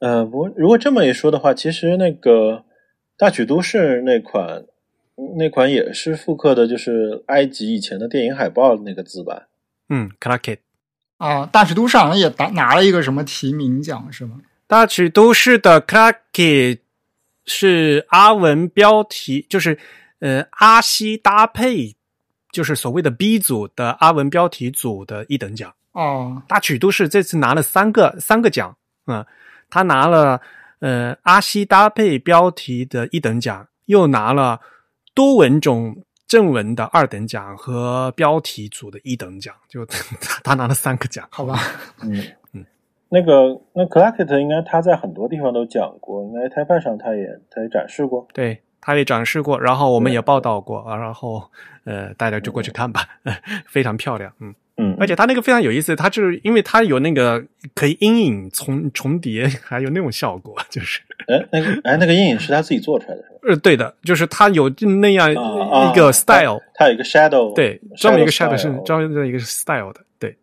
呃，不过如果这么一说的话，其实那个大曲都市那款那款也是复刻的，就是埃及以前的电影海报那个字吧。 嗯 Crackit 啊，大曲都市好像也拿拿了一个什么提名奖是吗？ 大曲都市的 Crackit 是阿文标题，就是呃阿西搭配，就是所谓的 B 组的阿文标题组的一等奖。 哦， 大曲都市这次拿了三个三个奖，嗯，他拿了呃阿西搭配标题的一等奖，又拿了多文种正文的二等奖和标题组的一等奖，就他他拿了三个奖。 好吧， 嗯嗯，那个那 Crackit 应该他在很多地方都讲过，应该台派上他也他也展示过。 对，他也展示过，然后我们也报道过，然后呃大家就过去看吧，嗯、非常漂亮，嗯。 嗯， 而且它那个非常有意思，它就是因为它有那个可以阴影重重叠，还有那种效果，就是哎那个哎那个阴影是他自己做出来的是吧？ 呃，对的，就是它有那样一个 style，、 啊啊、它有一个 shadow， 对，专门一个 shadow shadow 是专门的一个 style 的，对。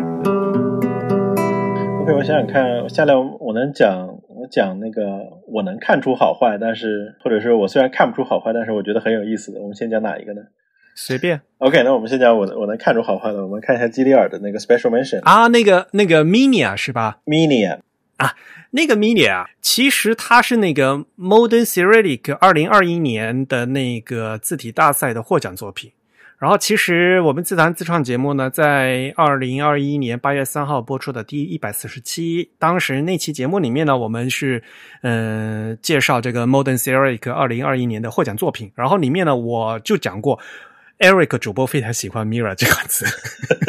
OK， 我想想看，下来我能讲，我讲那个我能看出好坏，但是或者是我虽然看不出好坏，但是我觉得很有意思的。我们先讲哪一个呢？ 随便。 OK， 那我们先讲我我能看出好坏的。我们看一下基里尔的那个 Special Mention 啊，那个那个 Minia 是吧 ？Minia 啊，那个 Minia 其实它是那个 Modern Cyrillic 二零二一年的那个字体大赛的获奖作品。然后其实我们自弹自创节目呢，在二零二一年八月三号播出的第一百四十期，当时那期节目里面呢，我们是呃介绍这个 Modern Cyrillic 二零二一年的获奖作品，然后里面呢我就讲过 Eric 主播非常喜欢 Mira 这款词。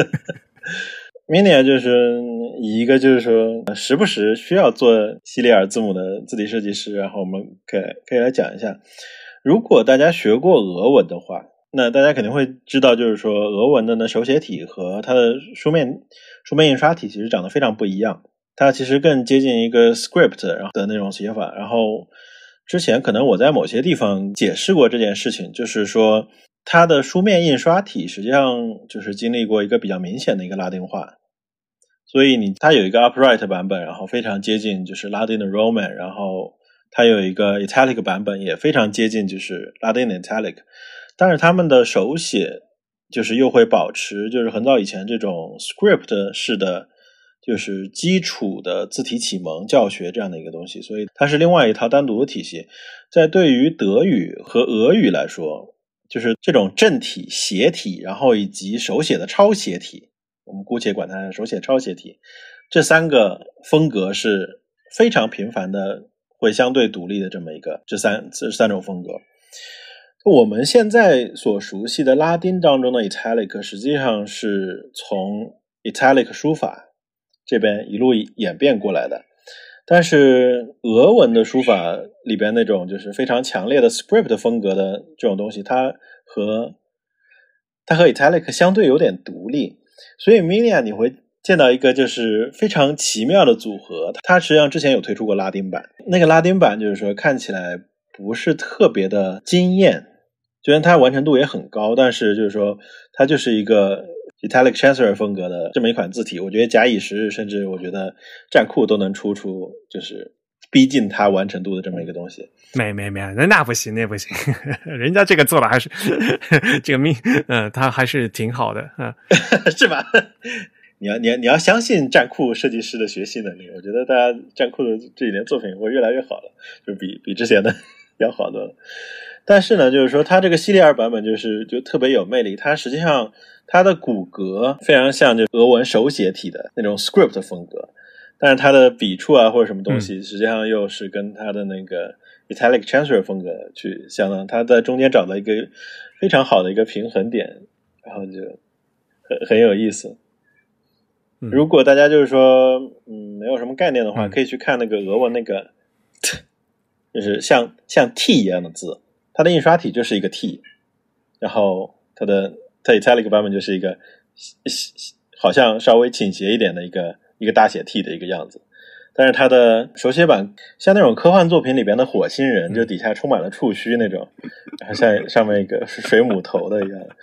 Minia 就是一个就是说时不时需要做西里尔字母的字体设计师，然后我们可以可以来讲一下，如果大家学过俄文的话，那大家肯定会知道，就是说俄文的呢手写体和它的书面书面印刷体其实长得非常不一样，它其实更接近一个 script 的那种写法。然后之前可能我在某些地方解释过这件事情，就是说它的书面印刷体实际上就是经历过一个比较明显的一个拉丁化，所以你它有一个 upright 版本，然后非常接近就是拉丁的 Roman， 然后它有一个 italic 版本，也非常接近就是拉丁的 italic。但是他们的手写就是又会保持就是很早以前这种 script 式的就是基础的字体启蒙教学这样的一个东西，所以它是另外一套单独的体系。在对于德语和俄语来说，就是这种正体、斜体，然后以及手写的抄写体，我们姑且管它手写抄写体，这三个风格是非常频繁的会相对独立的这么一个这三这三种风格。我们现在所熟悉的拉丁当中的 italic 实际上是从 italic 书法这边一路演变过来的，但是俄文的书法里边那种就是非常强烈的 script 风格的这种东西，它和它和 italic 相对有点独立，所以 Minia 你会见到一个就是非常奇妙的组合。它实际上之前有推出过拉丁版，那个拉丁版就是说看起来不是特别的惊艳，虽然它完成度也很高，但是就是说它就是一个 italic chancery 风格的这么一款字体。我觉得假以时日，甚至我觉得战库都能出出就是逼近它完成度的这么一个东西。 没没没，那不行，那不行，人家这个做的还是这个命，嗯、呃，他还是挺好的，嗯， 是吧？你要你要你要相信战库设计师的学习能力，我觉得大家战库的这几年作品会越来越好了，就比比之前的要好多了。但是呢，就是说它这个西里尔版本就是就特别有魅力，它实际上它的骨骼非常像就俄文手写体的那种 script 风格，但是它的笔触啊或者什么东西实际上又是跟它的那个 italic chancery 风格去相当，它在中间找到一个非常好的一个平衡点，然后就很很有意思。如果大家就是说嗯没有什么概念的话，可以去看那个俄文那个就是像像 T 一样的字，它的印刷体就是一个 T， 然后它的它 italic 版本就是一个好像稍微倾斜一点的一个一个大写 T 的一个样子。但是它的手写版像那种科幻作品里边的火星人，就底下充满了触须那种，然后像上面一个是水母头的一样，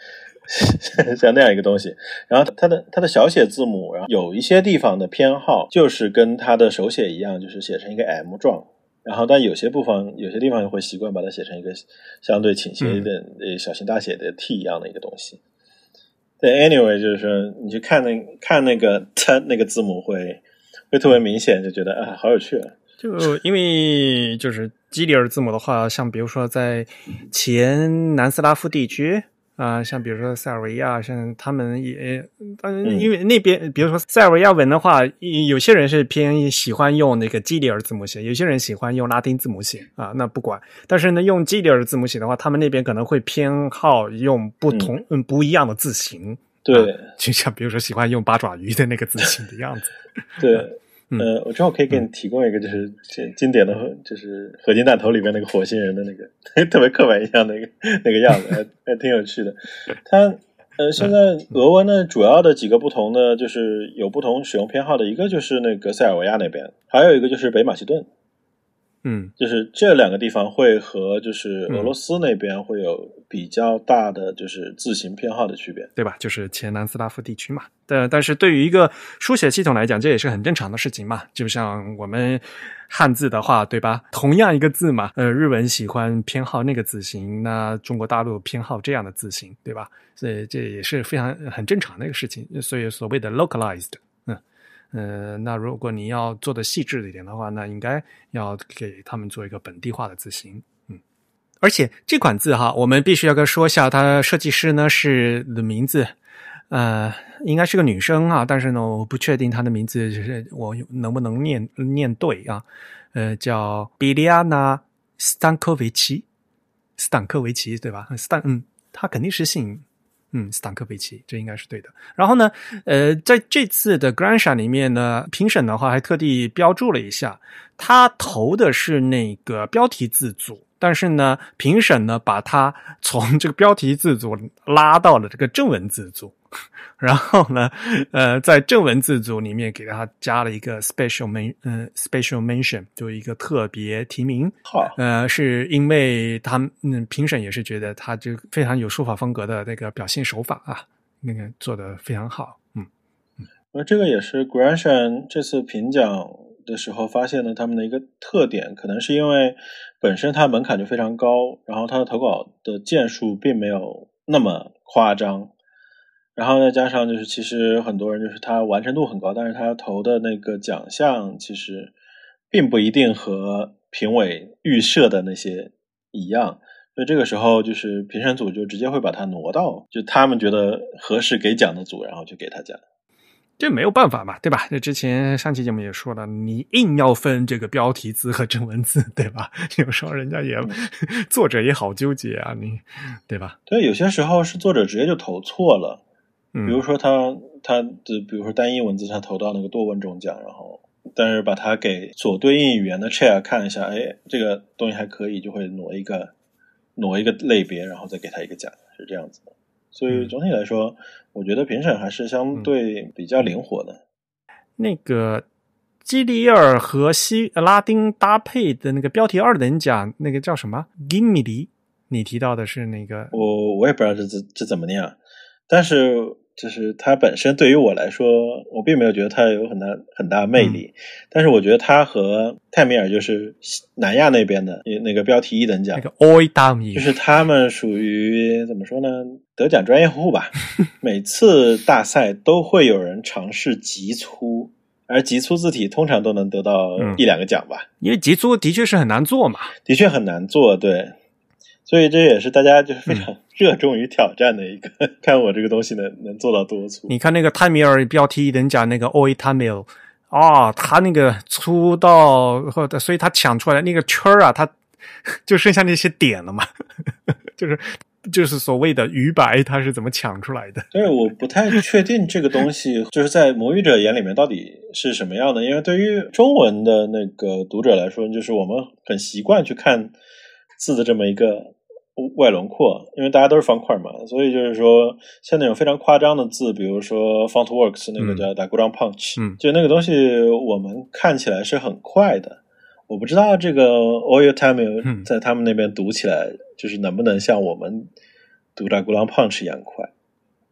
像那样一个东西。然后它的它的小写字母，然后有一些地方的偏好就是跟它的手写一样，就是写成一个 M 状。然后但有些部分有些地方会习惯把它写成一个相对倾斜一点、嗯、小型大写的 T 一样的一个东西。对 anyway 就是说你去看那看那个它那个字母会会特别明显，就觉得啊好有趣啊。 就因为就是基里尔字母的话，像比如说在前南斯拉夫地区啊、呃，像比如说塞尔维亚，像他们也，嗯，因为那边比如说塞尔维亚文的话，有些人是偏喜欢用那个基里尔字母写，有些人喜欢用拉丁字母写啊，那不管。但是呢，用基里尔字母写的话，他们那边可能会偏好用不同嗯不一样的字形。 对、 啊，就像比如说喜欢用八爪鱼的那个字形的样子。 对。呃，我正好可以给你提供一个，就是经典的，就是合金弹头里面那个火星人的那个特别刻板印象那个那个样子，还还挺有趣的。它呃，现在俄文呢主要的几个不同的，就是有不同使用偏好的，一个就是那个塞尔维亚那边，还有一个就是北马其顿。 嗯， 就是这两个地方会和就是俄罗斯那边会有比较大的就是字形偏好的区别， 对吧？就是前南斯拉夫地区嘛。但但是对于一个书写系统来讲，这也是很正常的事情嘛。就像我们汉字的话，对吧？同样一个字嘛，呃，日文喜欢偏好那个字形，那中国大陆偏好这样的字形，对吧？所以这也是非常很正常的一个事情。所以所谓的 localized。呃，那如果你要做的细致一点的话，那应该要给他们做一个本地化的字形。嗯，而且这款字哈，我们必须要跟说一下，它设计师呢是的名字，呃，应该是个女生啊，但是呢，我不确定她的名字就是我能不能念念对啊。呃，叫比利亚娜·斯坦科维奇，斯坦科维奇对吧？斯坦，嗯，她肯定是姓。嗯，斯坦科维奇，这应该是对的。然后呢，呃，在这次的 Gransha 里面呢，评审的话还特地标注了一下，他投的是那个标题字组，但是呢，评审呢把他从这个标题字组拉到了这个正文字组，然后呢，呃，在正文字组里面给他加了一个 special men， 呃 special mention， 就一个特别提名。 好， 呃，是因为他嗯，评审也是觉得他就非常有书法风格的那个表现手法啊，那个做得非常好。嗯嗯，那这个也是 Gransha 这次评奖的时候发现了他们的一个特点，可能是因为本身它门槛就非常高，然后它的投稿的件数并没有那么夸张。然后再加上就是其实很多人就是他完成度很高，但是他投的那个奖项其实并不一定和评委预设的那些一样，所以这个时候就是评审组就直接会把它挪到就他们觉得合适给奖的组，然后就给他奖。 这没有办法嘛，对吧？这之前上期节目也说了，你硬要分这个标题字和正文字，对吧？有时候人家也、嗯、作者也好纠结啊，你对吧？ 对，有些时候是作者直接就投错了。比如说他他的比如说单一文字他投到那个多文中奖，然后但是把它给所对应语言的 chair 看一下，哎，这个东西还可以，就会挪一个挪一个类别，然后再给他一个奖，是这样子的。所以总体来说、嗯、我觉得评审还是相对比较灵活的。 嗯、那个基里尔和西拉丁搭配的那个标题二等奖，那个叫什么 Gimli， 你提到的是那个我我也不知道这这这怎么念，但是就是它本身对于我来说，我并没有觉得它有很大很大魅力、嗯、但是我觉得它和泰米尔就是南亚那边的那个标题一等奖， 那个 Oi Dami， 就是他们属于怎么说呢，得奖专业户吧每次大赛都会有人尝试极粗，而极粗字体通常都能得到一两个奖吧、 嗯、因为极粗的确是很难做嘛， 的确很难做，对，所以这也是大家就是非常热衷于挑战的一个、嗯、看我这个东西能能做到多粗。 你看那个泰米尔标题人家那个 Oi Tamil 啊、哦，他那个粗到所以他抢出来那个圈啊，他就剩下那些点了嘛就是就是所谓的鱼白，它是怎么抢出来的？ 对，我不太确定这个东西就是在母语者眼里面到底是什么样的，因为对于中文的那个读者来说，就是我们很习惯去看字的这么一个外轮廓，因为大家都是方块嘛，所以就是说像那种非常夸张的字，比如说 Fontworks 那个叫 Dagulan Punch、嗯、就那个东西我们看起来是很快的，我不知道这个 Oi Tamil 在他们那边读起来就是能不能像我们读 Dagulan Punch 一样快。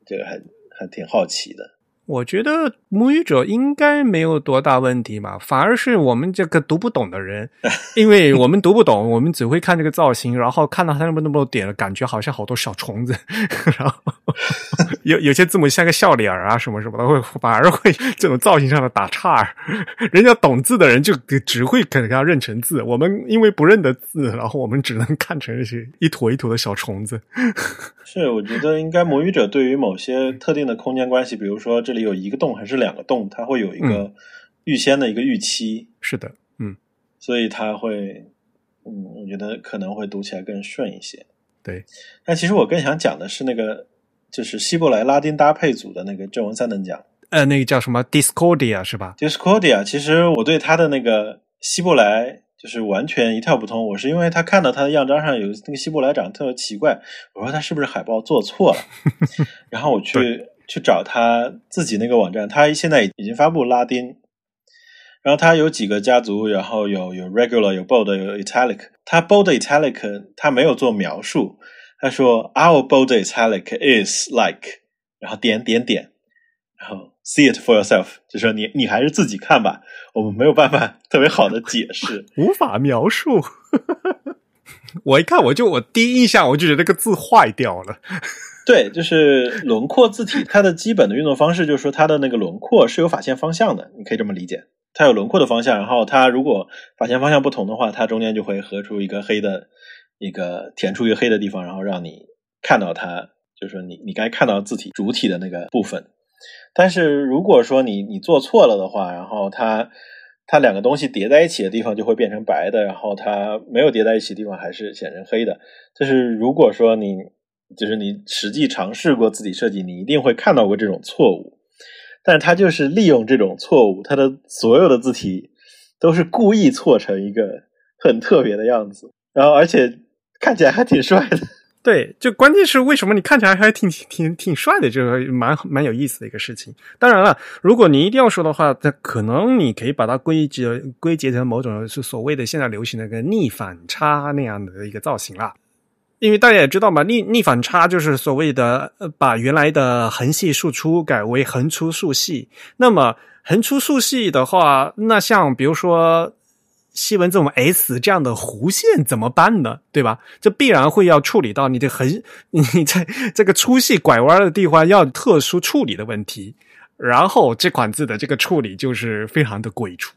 这个还还挺好奇的。 我觉得母语者应该没有多大问题嘛，反而是我们这个读不懂的人，因为我们读不懂，我们只会看这个造型，然后看到它那么那么点，感觉好像好多小虫子，然后有有些字母像个笑脸啊什么什么的，会反而会这种造型上的打岔。人家懂字的人就只会给它认成字，我们因为不认得字，然后我们只能看成一些一坨一坨的小虫子。 是，我觉得应该母语者对于某些特定的空间关系，比如说这里有一个洞还是两个洞，它会有一个预先的一个预期。 嗯、是的，嗯， 所以它会，嗯，我觉得可能会读起来更顺一些。 对， 但其实我更想讲的是那个，就是希伯来拉丁搭配组的那个正文三等奖。 呃，那个叫什么 Discordia 是吧 ？Discordia， 其实我对他的那个希伯来就是完全一窍不通。我是因为他看到他的样张上有那个希伯来长得特别奇怪，我说他是不是海报做错了？然后我去去找他自己那个网站，他现在已经发布拉丁。然后它有几个家族，然后有有 regular 有 bold 有 italic。它 bold italic 它没有做描述，他说 our bold italic is like， 然后点点点，然后 see it for yourself， 就说你你还是自己看吧，我们没有办法特别好的解释， 无法描述。我一看我就我第一印象我就觉得这个字坏掉了。 对，就是轮廓字体它的基本的运作方式就是说它的那个轮廓是有法线方向的，你可以这么理解。它有轮廓的方向，然后它如果法线方向不同的话，它中间就会合出一个黑的一个填出一个黑的地方，然后让你看到它，就是说你你该看到字体主体的那个部分。但是如果说你你做错了的话，然后它它两个东西叠在一起的地方就会变成白的，然后它没有叠在一起的地方还是显成黑的。就是如果说你就是你实际尝试过字体设计，你一定会看到过这种错误。但是他就是利用这种错误，他的所有的字体都是故意错成一个很特别的样子，然后而且看起来还挺帅的。 对，就关键是为什么你看起来还挺挺挺帅的，这个蛮蛮有意思的一个事情。当然了，如果你一定要说的话，那可能你可以把它归结归结成某种是所谓的现在流行的一个逆反差那样的一个造型啦。因为大家也知道嘛，逆逆反差就是所谓的呃把原来的横系竖出改为横出竖细。那么横出竖细的话，那像比如说西文字母 S 这样的弧线怎么办呢？对吧？这必然会要处理到你的横，你在这个粗细拐弯的地方要特殊处理的问题。然后这款字的这个处理就是非常的鬼畜，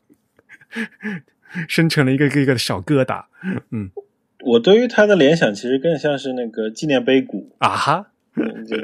生成了一个一个小疙瘩。嗯。 我对于它的联想其实更像是那个纪念碑谷啊哈， 嗯，就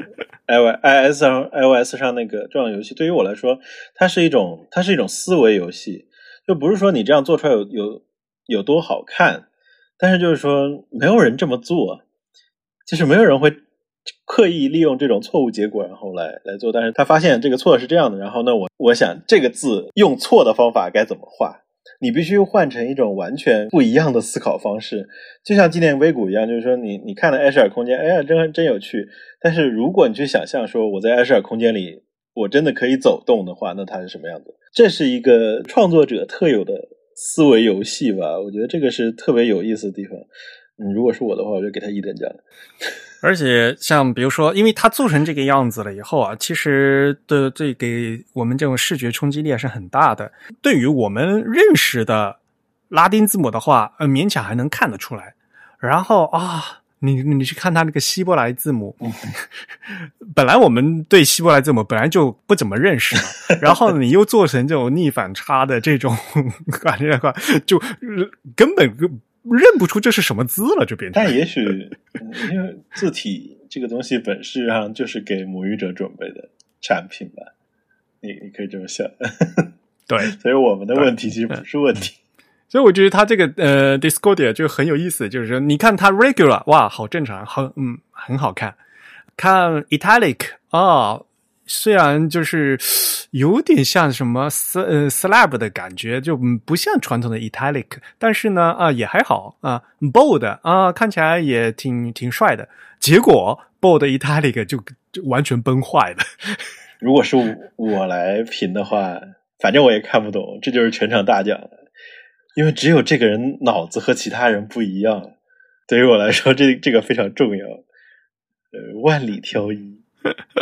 iOS 上 iOS 上那个这样的游戏，对于我来说，它是一种它是一种思维游戏，就不是说你这样做出来有有有多好看，但是就是说没有人这么做，就是没有人会刻意利用这种错误结果然后来来做，但是他发现这个错是这样的，然后呢，我我想这个字用错的方法该怎么画。你必须换成一种完全不一样的思考方式，就像纪念碑谷一样，就是说你你看了埃舍尔空间，哎呀，真真有趣。但是如果你去想象说我在埃舍尔空间里我真的可以走动的话，那它是什么样子？这是一个创作者特有的思维游戏吧，我觉得这个是特别有意思的地方。嗯，如果是我的话，我就给他一等奖。 而且像比如说，因为它做成这个样子了以后啊，其实的这给我们这种视觉冲击力是很大的。对于我们认识的拉丁字母的话，呃，勉强还能看得出来。然后啊，你你去看它那个希伯来字母，嗯、本来我们对希伯来字母本来就不怎么认识嘛，然后你又做成这种逆反差的这种感觉的话，就根本认不出这是什么字了，这边。 但也许因为字体这个东西本质上就是给母语者准备的产品吧，你你可以这么想。 对， 所以我们的问题其实不是问题。 所以我觉得它这个呃 Discordia 就很有意思，就是说你看它 regular 哇好正常，很嗯很好看。看 italic 啊，虽然就是有点像什么呃 slab 的感觉，就不像传统的 italic， 但是呢啊也还好啊 bold 啊看起来也挺挺帅的。结果 bold italic 就就完全崩坏了。 如果是我来评的话，反正我也看不懂，这就是全场大奖了。因为只有这个人脑子和其他人不一样，对于我来说这这个非常重要。呃，万里挑一。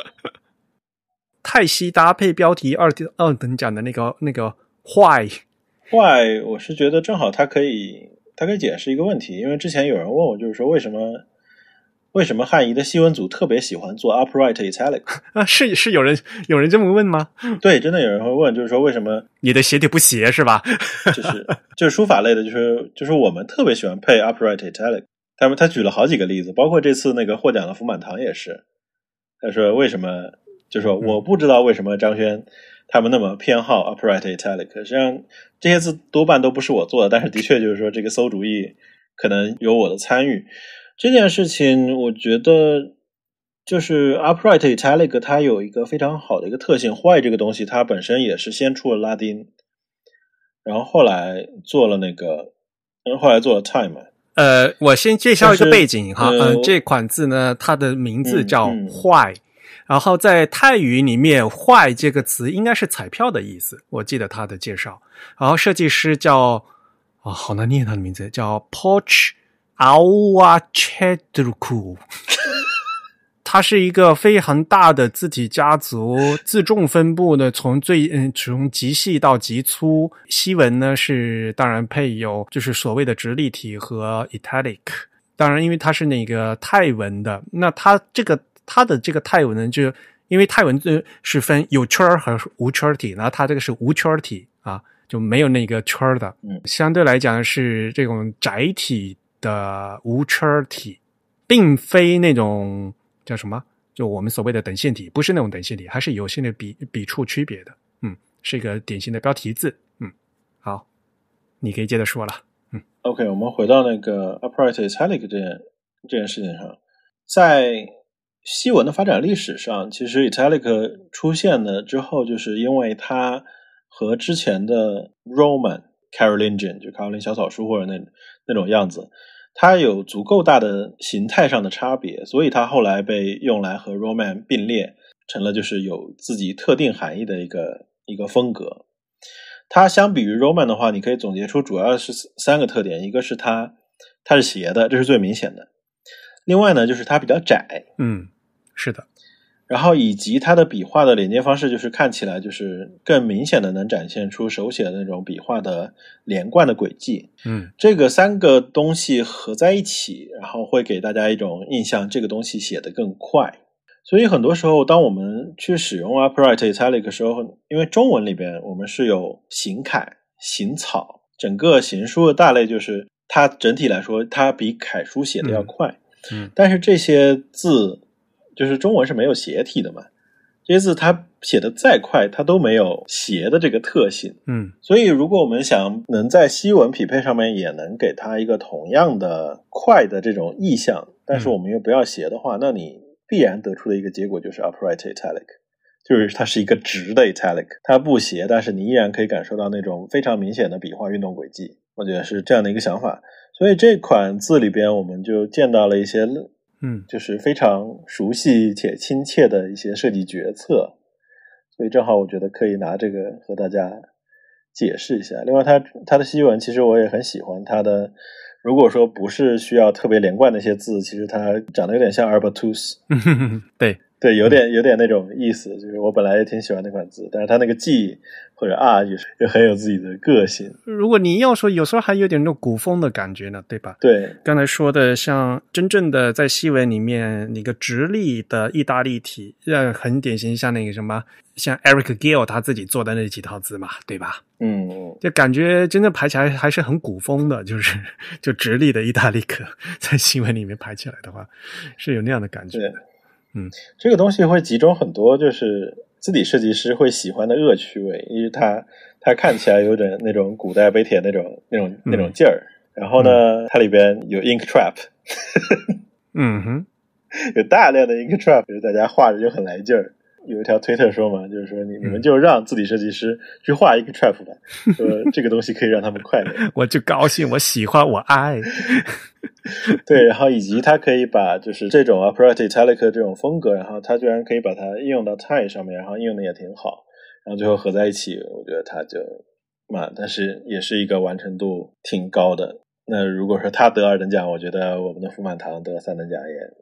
泰西搭配标题二二等奖的那个那个坏坏，我是觉得正好它可以它可以解释一个问题，因为之前有人问我，就是说为什么为什么汉仪的西文组特别喜欢做 upright italic 啊？是是有人有人这么问吗？ 对，真的有人会问，就是说为什么你的斜体不斜是吧？ 就是就是书法类的，就是就是我们特别喜欢配 upright italic。他们他举了好几个例子，包括这次那个获奖的福满堂也是。他说为什么？就是说我不知道为什么张轩他们那么偏好 upright italic。实际上这些字多半都不是我做的，但是的确就是说这个馊主意可能有我的参与。这件事情我觉得就是 upright italic 它有一个非常好的一个特性，坏这个东西它本身也是先出了拉丁，然后后来做了那个后来做了 time。 呃，我先介绍一个背景哈， 呃、 嗯，这款字呢，它的名字叫嗯嗯、 坏，然后在泰语里面，坏这个词应该是彩票的意思，我记得它的介绍。然后设计师叫哦，好难念他的名字，叫 Poch Awachedruku。它是一个非常大的字体家族，字重分布呢从最嗯从极细到极粗，西文呢是当然配有就是所谓的直立体和 italic。当然因为它是那个泰文的，那它这个它的这个泰文呢，就因为泰文是分有圈和无圈体，然后它这个是无圈体啊，就没有那个圈的， 嗯， 相对来讲是这种窄体的无圈体，并非那种叫什么？就我们所谓的等线体，不是那种等线体，还是有些的笔笔触区别的。嗯，是一个典型的标题字。嗯，好，你可以接着说了。嗯 ，OK， 我们回到那个 upright italic 这件这件事情上，在西文的发展历史上，其实 italic 出现了之后，就是因为它和之前的 Roman Carolingian 就卡罗林小草书或者那那种样子。它有足够大的形态上的差别，所以它后来被用来和 Roman 并列，成了就是有自己特定含义的一个一个风格。它相比于 Roman 的话，你可以总结出主要是三个特点，一个是它它是斜的，这是最明显的。另外呢，就是它比较窄， 嗯，是的。 然后以及它的笔画的连接方式，就是看起来就是更明显的能展现出手写的那种笔画的连贯的轨迹。 嗯， 这个三个东西合在一起，然后会给大家一种印象，这个东西写得更快。所以很多时候，当我们去使用 upright italic 的时候，因为中文里边我们是有行楷、行草，整个行书的大类就是它整体来说，它比楷书写的要快。 嗯，嗯但是这些字。就是中文是没有斜体的嘛，这些字它写的再快，它都没有斜的这个特性。 嗯， 所以如果我们想能在西文匹配上面也能给它一个同样的快的这种意象，但是我们又不要斜的话，那你必然得出的一个结果就是 upright italic， 就是它是一个直的 italic， 它不斜，但是你依然可以感受到那种非常明显的笔画运动轨迹。我觉得是这样的一个想法。所以这款字里边我们就见到了一些嗯， 就是非常熟悉且亲切的一些设计决策，所以正好我觉得可以拿这个和大家解释一下。另外它它的西文其实我也很喜欢，它的如果说不是需要特别连贯的一些字，其实它长得有点像 arbutus。 对对，有点有点那种意思，就是我本来也挺喜欢那款字，但是它那个 G 或者 R 也也很有自己的个性。 如果你要说有时候还有点那种古风的感觉呢，对吧？ 对， 刚才说的像真正的在西文里面那个直立的意大利体，呃，很典型，像那个什么像 Eric Gill 他自己做的那几套字嘛，对吧？ 嗯， 就感觉真正排起来还是很古风的，就是就直立的意大利克在西文里面排起来的话是有那样的感觉的。嗯， 这个东西会集中很多就是字体设计师会喜欢的恶趣味，因为它它看起来有点那种古代碑帖那种那种那种劲儿，然后呢、嗯、它里边有 ink trap 嗯哼， 有大量的 ink trap， 就是大家画着就很来劲儿。有一条推特说嘛，就是说你你们就让字体设计师去画一个 trap 吧，说这个东西可以让他们快乐。 我就高兴，我喜欢，我爱。 对，然后以及它可以把就是这种 upright italic 这种风格，然后它居然可以把它应用到 tie 上面，然后应用的也挺好，然后最后合在一起，我觉得它就嘛，但是也是一个完成度挺高的。那如果说他得二等奖，我觉得我们的福满堂得三等奖也嗯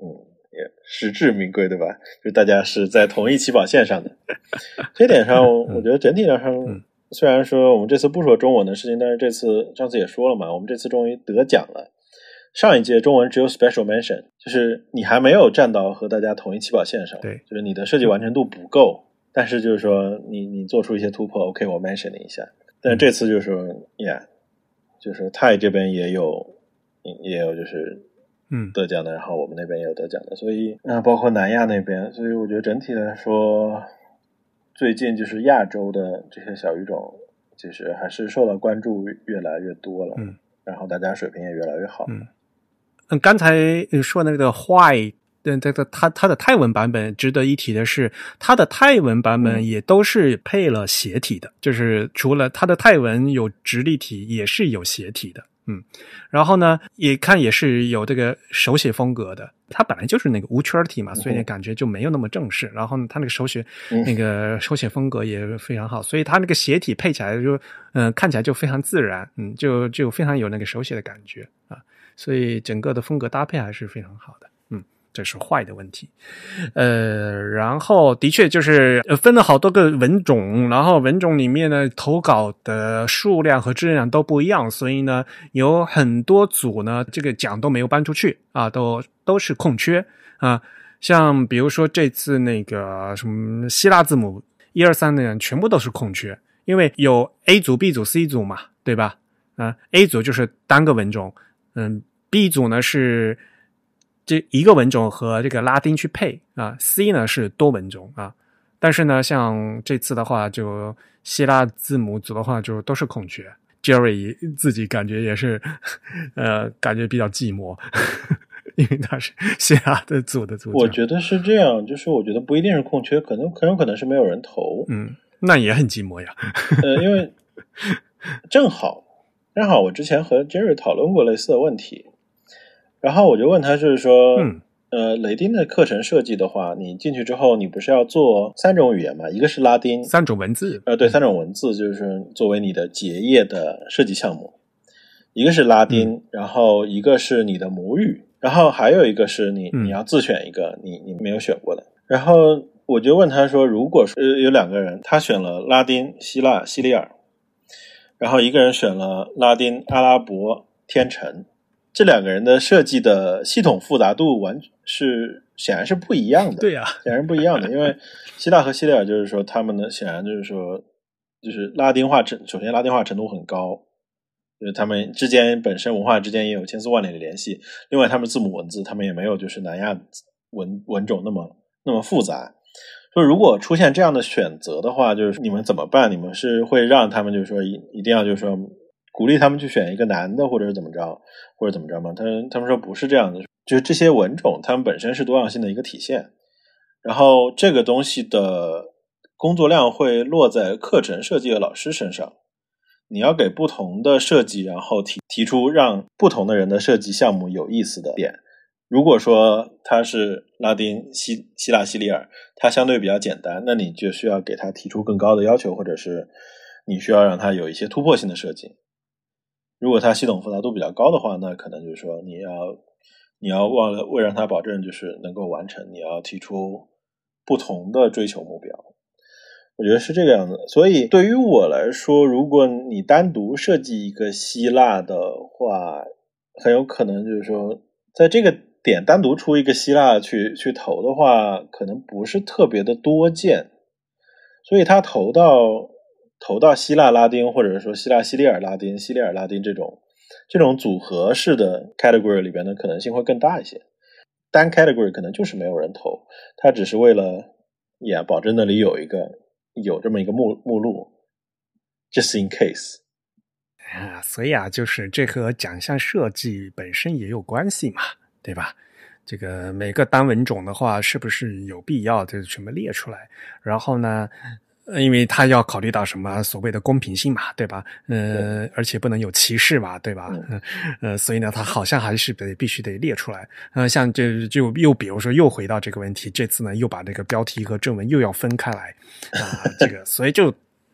也实至名归，对吧？就大家是在同一起跑线上的。这点上，我觉得整体上， 嗯、 虽然说我们这次不说中文的事情，但是这次上次也说了嘛，我们这次终于得奖了。上一届中文只有 special mention， 就是你还没有站到和大家同一起跑线上， 对， 就是你的设计完成度不够，但是就是说你你做出一些突破 ，OK， 我 mention 你一下。但是这次就是说，呀、嗯，就是泰这边也有也有就是嗯得奖的，然后我们那边也有得奖的，所以啊，包括南亚那边，所以我觉得整体来说，最近就是亚洲的这些小语种，其实还是受到关注越来越多了， 嗯， 然后大家水平也越来越好。 嗯，嗯，刚才说那个坏。这个它它的泰文版本值得一提的是，它的泰文版本也都是配了斜体的，嗯、就是除了它的泰文有直立体，也是有斜体的，嗯，然后呢，也看也是有这个手写风格的，它本来就是那个无圈体嘛，所以感觉就没有那么正式。然后呢，它那个手写、嗯、那个手写风格也非常好，所以它那个斜体配起来就嗯、呃、看起来就非常自然，嗯，就就非常有那个手写的感觉啊，所以整个的风格搭配还是非常好的。这是坏的问题，呃，然后的确就是分了好多个文种，然后文种里面呢投稿的数量和质量都不一样，所以呢有很多组呢这个奖都没有颁出去啊，都都是空缺啊。像比如说这次那个什么希腊字母一二三那样全部都是空缺，因为有 A 组 B 组 C 组嘛，对吧？啊 A 组就是单个文种，嗯 B 组呢是这一个文种和这个拉丁去配啊 ，C 呢是多文种啊，但是呢，像这次的话，就希腊字母组的话，就都是空缺。Jerry 自己感觉也是，呃，感觉比较寂寞，因为他是希腊的组的组长。 我觉得是这样，就是我觉得不一定是空缺，可能很有可能是没有人投。 嗯，那也很寂寞呀。 呃，因为正好正好我之前和 Jerry 讨论过类似的问题。然后我就问他，就是说， 嗯， 呃，雷丁的课程设计的话，你进去之后，你不是要做三种语言嘛？一个是拉丁， 三种文字， 呃，对，三种文字就是作为你的结业的设计项目。一个是拉丁，嗯、然后一个是你的母语，然后还有一个是你、嗯、你要自选一个你你没有选过的。然后我就问他说，如果说、呃、有两个人，他选了拉丁、希腊、西里尔，然后一个人选了拉丁、阿拉伯、天成。这两个人的设计的系统复杂度完是显然是不一样的， 对呀、啊， 显然不一样的。因为希腊和西里尔就是说，他们呢显然就是说，就是拉丁化程，首先拉丁化程度很高，就是他们之间本身文化之间也有千丝万缕的联系。另外，他们字母文字，他们也没有就是南亚文文种那么那么复杂。所以，如果出现这样的选择的话，就是你们怎么办？你们是会让他们就是说一一定要就是说。鼓励他们去选一个男的，或者是怎么着，或者怎么着嘛？他他们说不是这样的，就是这些文种，它们本身是多样性的一个体现。然后这个东西的工作量会落在课程设计的老师身上。你要给不同的设计，然后提提出让不同的人的设计项目有意思的点。如果说他是拉丁、希希腊、西里尔，它相对比较简单，那你就需要给他提出更高的要求，或者是你需要让他有一些突破性的设计。如果它系统复杂度比较高的话，那可能就是说你要你要忘了为让它保证就是能够完成，你要提出不同的追求目标。我觉得是这个样子。所以对于我来说，如果你单独设计一个希腊的话，很有可能就是说在这个点单独出一个希腊去去投的话，可能不是特别的多见。所以他投到投到希腊拉丁，或者说希腊西里尔拉丁、西里尔拉丁这种这种组合式的 category 里边的可能性会更大一些。单 category 可能就是没有人投，他只是为了也保证那里有一个有这么一个目目录 ，just in case。 啊，所以啊，就是这和奖项设计本身也有关系嘛，对吧？这个每个单文种的话，是不是有必要就全部列出来？然后呢？因为他要考虑到什么所谓的公平性嘛，对吧？呃，而且不能有歧视嘛，对吧？嗯、呃，所以呢，他好像还是得必须得列出来。呃，像就就又比如说又回到这个问题，这次呢又把这个标题和正文又要分开来啊、呃，这个所以就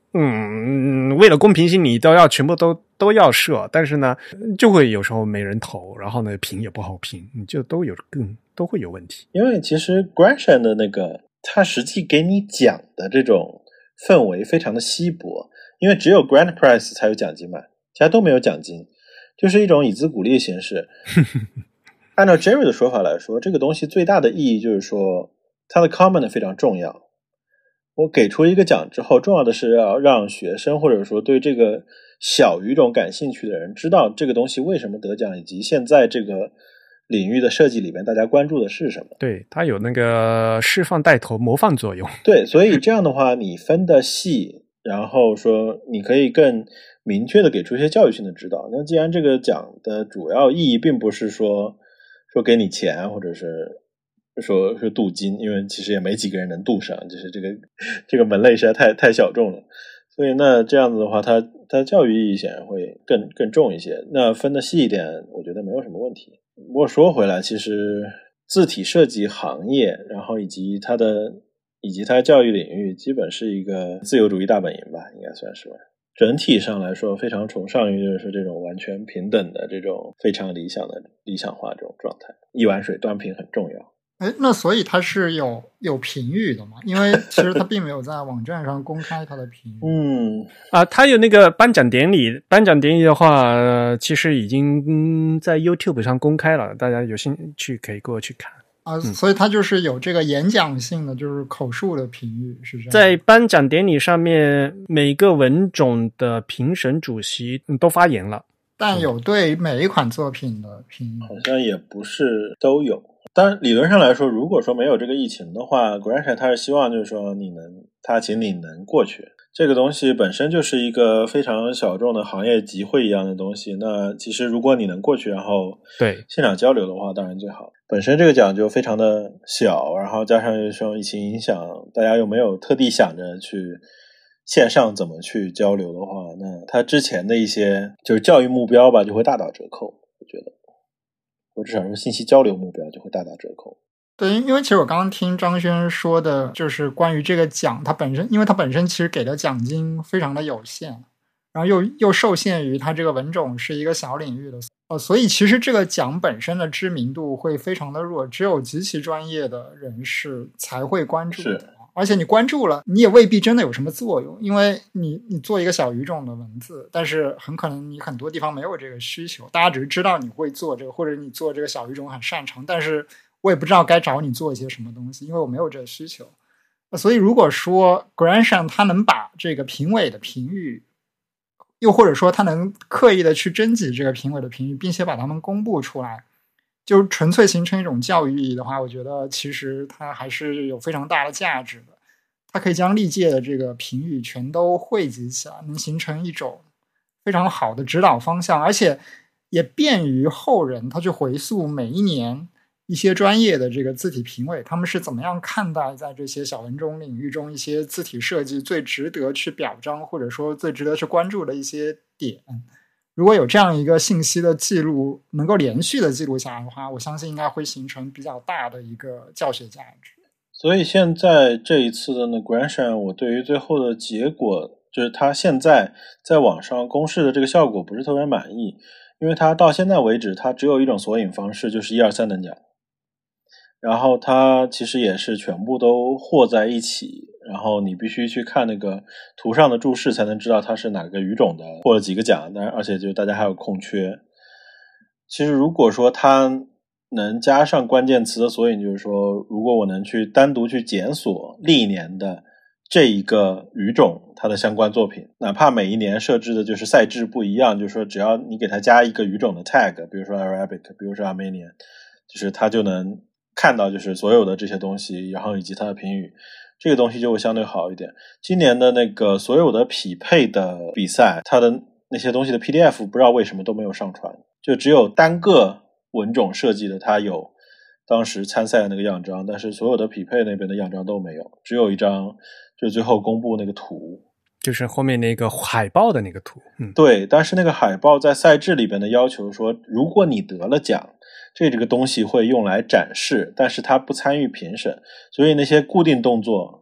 嗯，为了公平性你都要全部都都要设，但是呢就会有时候没人投，然后呢评也不好评，你就都有更都会有问题。 因为其实 Grandstand 的那个他实际给你奖的这种氛围非常的稀薄，因为只有 Grand Prize 才有奖金嘛，其他都没有奖金，就是一种以资鼓励的形式。按照 Jerry 的说法来说，这个东西最大的意义就是说它的 comment 非常重要。我给出一个奖之后，重要的是要让学生或者说对这个小语种感兴趣的人知道这个东西为什么得奖，以及现在这个领域的设计里面大家关注的是什么。 对，它有那个释放带头模范作用。 对，所以这样的话你分的细，然后说你可以更明确的给出一些教育性的指导。那既然这个奖的主要意义并不是说说给你钱，或者是说是镀金，因为其实也没几个人能镀上，就是这个这个门类实在太太小众了。所以那这样子的话，它它教育意义显然会更更重一些。那分得细一点，我觉得没有什么问题。不过说回来，其实字体设计行业，然后以及它的以及它的教育领域，基本是一个自由主义大本营吧，应该算是吧。整体上来说，非常崇尚于就是这种完全平等的这种非常理想的理想化这种状态。一碗水端平很重要。 哎，那所以它是有有评语的嘛？因为其实它并没有在网站上公开它的评语。 嗯啊，它有那个颁奖典礼，颁奖典礼的话，呃、其实已经、嗯、在 YouTube 上公开了，大家有兴趣可以过去看。 啊，所以它就是有这个演讲性的，就是口述的评语，是这样。 在颁奖典礼上面，每个文种的评审主席都发言了， 但有对每一款作品的评语， 好像也不是都有。当然理论上来说，如果说没有这个疫情的话 Grandstand 他是希望就是说你能他请你能过去，这个东西本身就是一个非常小众的行业集会一样的东西。那其实如果你能过去，然后对现场交流的话，当然最好。本身这个奖就非常的小，然后加上又受疫情影响，大家又没有特地想着去线上怎么去交流的话，那他之前的一些就是教育目标吧，就会大打折扣，我觉得。或至少是信息交流目标就会大打折扣。 对，因为其实我刚刚听张轩说的就是关于这个奖，它本身因为它本身其实给的奖金非常的有限，然后又又受限于它这个文种是一个小领域的，呃，所以其实这个奖本身的知名度会非常的弱，只有极其专业的人士才会关注的。而且你关注了，你也未必真的有什么作用，因为你你做一个小语种的文字，但是很可能你很多地方没有这个需求，大家只是知道你会做这个，或者你做这个小语种很擅长，但是我也不知道该找你做一些什么东西，因为我没有这个需求。所以如果说 Grandstand 他能把这个评委的评语，又或者说他能刻意的去征集这个评委的评语，并且把他们公布出来，就纯粹形成一种教育意义的话，我觉得其实它还是有非常大的价值的。它可以将历届的这个评语全都汇集起来，能形成一种非常好的指导方向，而且也便于后人他去回溯每一年一些专业的这个字体评委他们是怎么样看待在这些小文种领域中一些字体设计最值得去表彰或者说最值得去关注的一些点。如果有这样一个信息的记录能够连续的记录下来的话，我相信应该会形成比较大的一个教学价值。 所以现在这一次的那 Grandstand 我对于最后的结果就是他现在在网上公示的这个效果不是特别满意，因为他到现在为止他只有一种索引方式，就是一二三等奖，然后它其实也是全部都和在一起，然后你必须去看那个图上的注释才能知道它是哪个语种的，获了几个奖，但而且就大家还有空缺。其实如果说它能加上关键词的索引，就是说如果我能去单独去检索历年的这一个语种它的相关作品，哪怕每一年设置的就是赛制不一样，就是说只要你给它加一个语种的 tag， 比如说 Arabic， 比如说 Armenian， 就是它就能看到就是所有的这些东西，然后以及它的评语，这个东西就会相对好一点。今年的那个所有的匹配的比赛，它的那些东西的 P D F 不知道为什么都没有上传，就只有单个文种设计的它有当时参赛的那个样章，但是所有的匹配那边的样章都没有，只有一张就最后公布那个图， 就是后面那个海报的那个图。嗯， 对，但是那个海报在赛制里边的要求说，如果你得了奖，这这个东西会用来展示，但是它不参与评审，所以那些固定动作，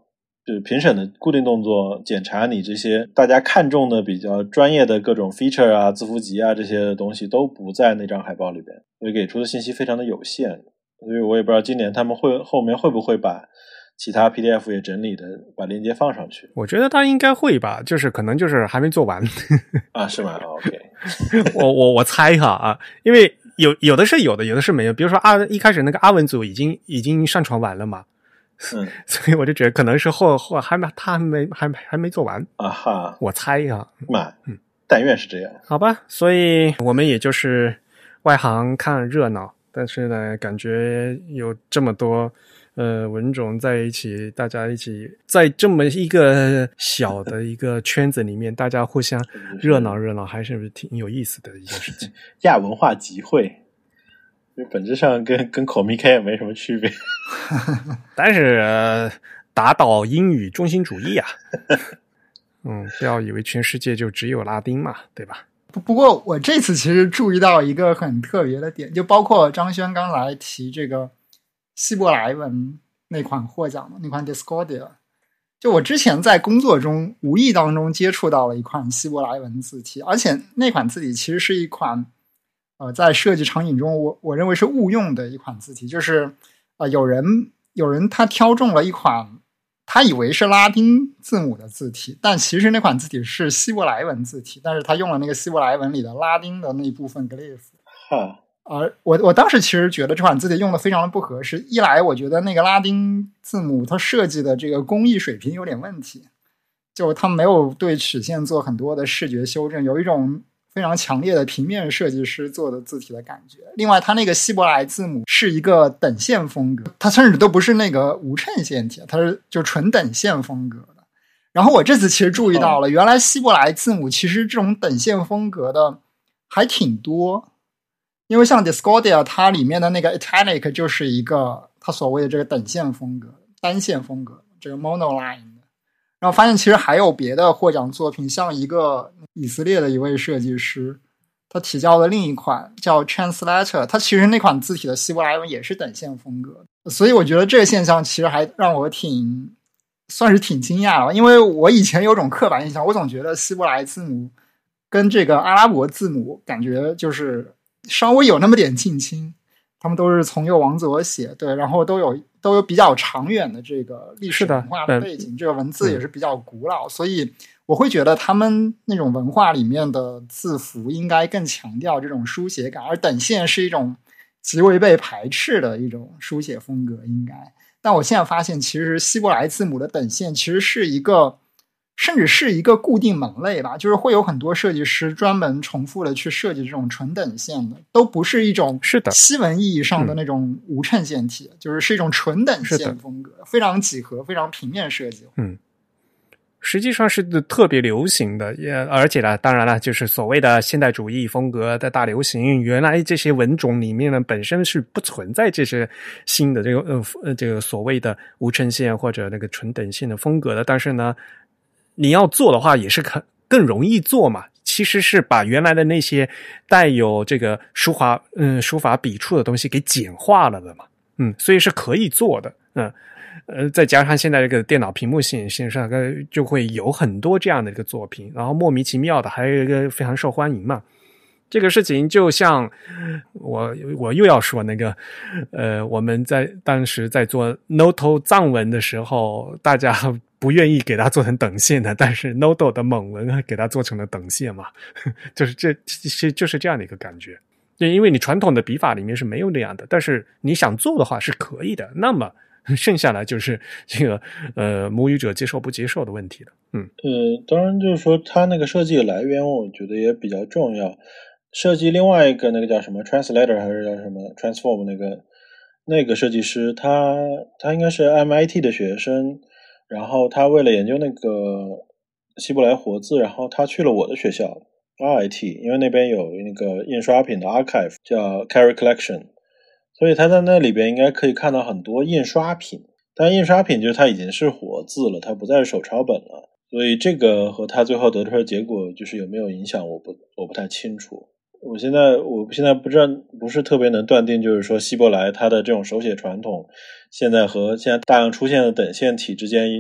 就是评审的固定动作，检查你这些大家看中的比较专业的各种 feature 啊、字符集啊这些东西都不在那张海报里边，所以给出的信息非常的有限。所以我也不知道今年他们会后面会不会把其他 P D F 也整理的把链接放上去。 我觉得他应该会吧，就是可能就是还没做完啊，是吗？ OK 我我我猜哈啊，因为有有的是有的，有的是没有。比如说阿一开始那个阿文组已经已经上传完了嘛， 嗯， 所以我就觉得可能是后后还没他还没还还没做完啊哈， 我猜哈， 嘛， 嗯， 但愿是这样。 好吧，所以我们也就是外行看热闹，但是呢，感觉有这么多呃文种在一起，大家一起在这么一个小的一个圈子里面，大家互相热闹热闹，还是挺有意思的一件事情。 亚文化集会，本质上跟跟口咪 K 也没什么区别， 但是、呃、打倒英语中心主义啊，嗯，不要以为全世界就只有拉丁嘛，对吧？ 不不过我这次其实注意到一个很特别的点，就包括张轩刚才提这个希伯来文那款获奖的那款 Discordia， 就我之前在工作中无意当中接触到了一款希伯来文字体，而且那款字体其实是一款呃在设计场景中我我认为是误用的一款字体，就是呃有人有人他挑中了一款他以为是拉丁字母的字体，但其实那款字体是希伯来文字体，但是他用了那个希伯来文里的拉丁的那一部分 glyph。 哈， 而我我当时其实觉得这款字体用的非常的不合适，一来我觉得那个拉丁字母它设计的这个工艺水平有点问题，就它没有对曲线做很多的视觉修正，有一种非常强烈的平面设计师做的字体的感觉。另外它那个希伯来字母是一个等线风格，它甚至都不是那个无衬线体，它是就纯等线风格的。然后我这次其实注意到了，原来希伯来字母其实这种等线风格的还挺多，因为像 Discordia 它里面的那个 italic 就是一个它所谓的这个等线风格单线风格这个 monoline 的。然后发现其实还有别的获奖作品，像一个以色列的一位设计师他提交的另一款叫 Translator， 它其实那款字体的希伯来文也是等线风格，所以我觉得这个现象其实还让我挺算是挺惊讶的，因为我以前有种刻板印象，我总觉得希伯来字母跟这个阿拉伯字母感觉就是稍微有那么点近亲，他们都是从右往左写，对，然后都有都有比较长远的这个历史文化的背景，这个文字也是比较古老，所以我会觉得他们那种文化里面的字符应该更强调这种书写感，而等线是一种极为被排斥的一种书写风格应该。但我现在发现其实希伯来字母的等线其实是一个甚至是一个固定门类吧，就是会有很多设计师专门重复的去设计这种纯等线的，都不是一种是的西文意义上的那种无衬线体，嗯、就是是一种纯等线风格，非常几何，非常平面设计。 嗯，实际上是特别流行的，也而且呢，当然了，就是所谓的现代主义风格的大流行，原来这些文种里面呢，本身是不存在这些新的这个呃呃这个所谓的无衬线或者那个纯等线的风格的，但是呢。你要做的话也是更容易做嘛，其实是把原来的那些带有这个书法嗯书法笔触的东西给简化了的嘛，嗯，所以是可以做的，嗯呃再加上现在这个电脑屏幕显现上就会有很多这样的一个作品，然后莫名其妙的还有一个非常受欢迎嘛。这个事情就像我我又要说那个呃我们在当时在做 Noto 藏文的时候，大家不愿意给它做成等线的，但是 Noto 的蒙文给它做成了等线嘛，就是这其实就是这样的一个感觉。因为你传统的笔法里面是没有那样的，但是你想做的话是可以的，那么剩下来就是这个呃母语者接受不接受的问题了。嗯呃当然就是说它那个设计的来源我觉得也比较重要。设计另外一个那个叫什么 Translator 还是叫什么 Transform 那个那个设计师，他他应该是 M I T 的学生，然后他为了研究那个希伯来活字，然后他去了我的学校 R I T， 因为那边有那个印刷品的 archive 叫 Carry Collection， 所以他在那里边应该可以看到很多印刷品，但印刷品就是它已经是活字了，它不再是手抄本了，所以这个和他最后得出的结果就是有没有影响我不我不太清楚。我现在我现在不知道不是特别能断定，就是说希伯来它的这种手写传统现在和现在大量出现的等线体之间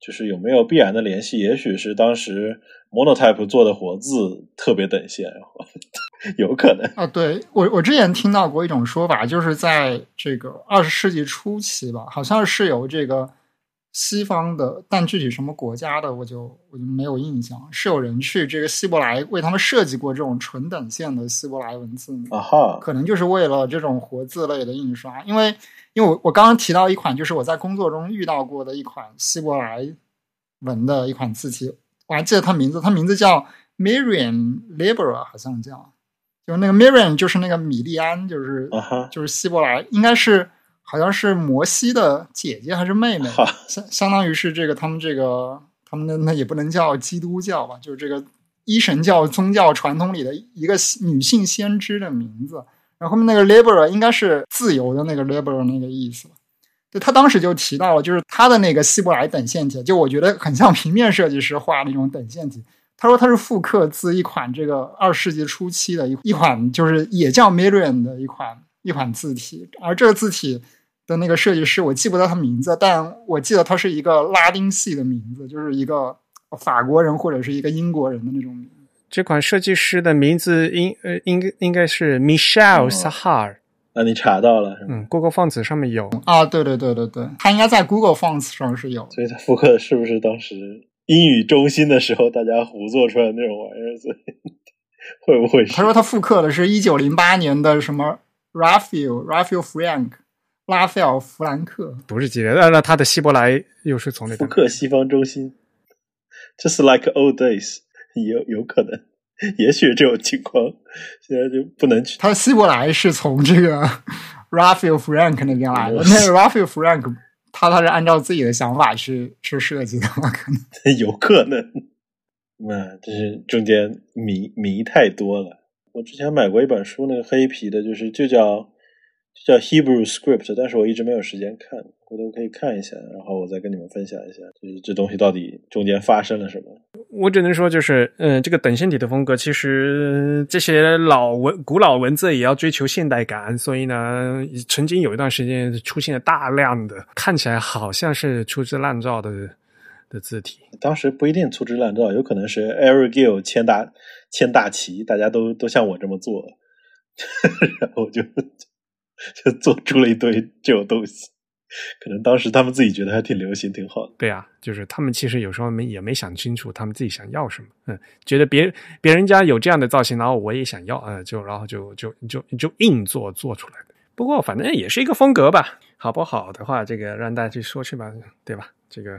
就是有没有必然的联系？也许是当时 Monotype 做的活字特别等线，有可能啊。对，我我之前听到过一种说法，就是在这个二十世纪初期吧，好像是有这个西方的，但具体什么国家的我就我就没有印象，是有人去这个希伯来为他们设计过这种纯等线的希伯来文字母， 啊哈， 可能就是为了这种活字类的印刷，因为因为我我刚刚提到一款，就是我在工作中遇到过的一款希伯来文的一款字体，我还记得它名字，它名字叫 Miriam Libera， 好像叫，就那个 Miriam 就是那个米利安，就是、uh-huh. 就是希伯来，应该是好像是摩西的姐姐还是妹妹，相相当于是这个他们这个他们的那也不能叫基督教吧，就是这个一神教宗教传统里的一个女性先知的名字。然后后面那个 Libera 应该是自由的那个 Libera 那个意思。对，他当时就提到了，就是他的那个希伯来等线体，就我觉得很像平面设计师画那种等线体。他说他是复刻自一款这个二十世纪初期的一一款，就是也叫 Miriam 的一款一款字体，而这个字体的那个设计师我记不得他名字，但我记得他是一个拉丁系的名字，就是一个法国人或者是一个英国人的那种名字。 这款设计师的名字应呃应该应该是 Michel Sahar。 那、哦、你查到了是吗？ 嗯 ，Google Fonts 上面有啊，对对对对对，他应该在 Google Fonts 上是有。 所以他复刻的是不是当时英语中心的时候大家胡做出来的那种玩意儿？所以会不会是？ 他说他复刻的是一九零八年的什么 Raphael Raphael Frank 拉斐尔弗兰克， 不是记得，那他的希伯来又是从那复刻西方中心 ，just like old days， 有有可能。也许这种情况现在就不能去。 他希伯来是从这个 Raphael Frank 那边来的，那 Raphael Frank 他他是按照自己的想法去去设计的吗？可能有可能。那这是中间谜谜太多了。我之前买过一本书，那个黑皮的，就是就叫就叫 Hebrew Script， 但是我一直没有时间看，回头可以看一下，然后我再跟你们分享一下，就是这东西到底中间发生了什么。 我只能说，就是嗯，这个等线体的风格，其实这些老文古老文字也要追求现代感，所以呢，曾经有一段时间出现了大量的看起来好像是粗制滥造的的字体。 当时不一定粗制滥造，有可能是 Eric Gill 签大签大旗，大家都都像我这么做，然后就就做出了一堆这种东西。可能当时他们自己觉得还挺流行挺好的。 对啊，就是他们其实有时候没也没想清楚他们自己想要什么，嗯，觉得别别人家有这样的造型，然后我也想要，呃，就然后就就就就硬做做出来的。不过反正也是一个风格吧，好不好的话，这个让大家去说去吧，对吧？这个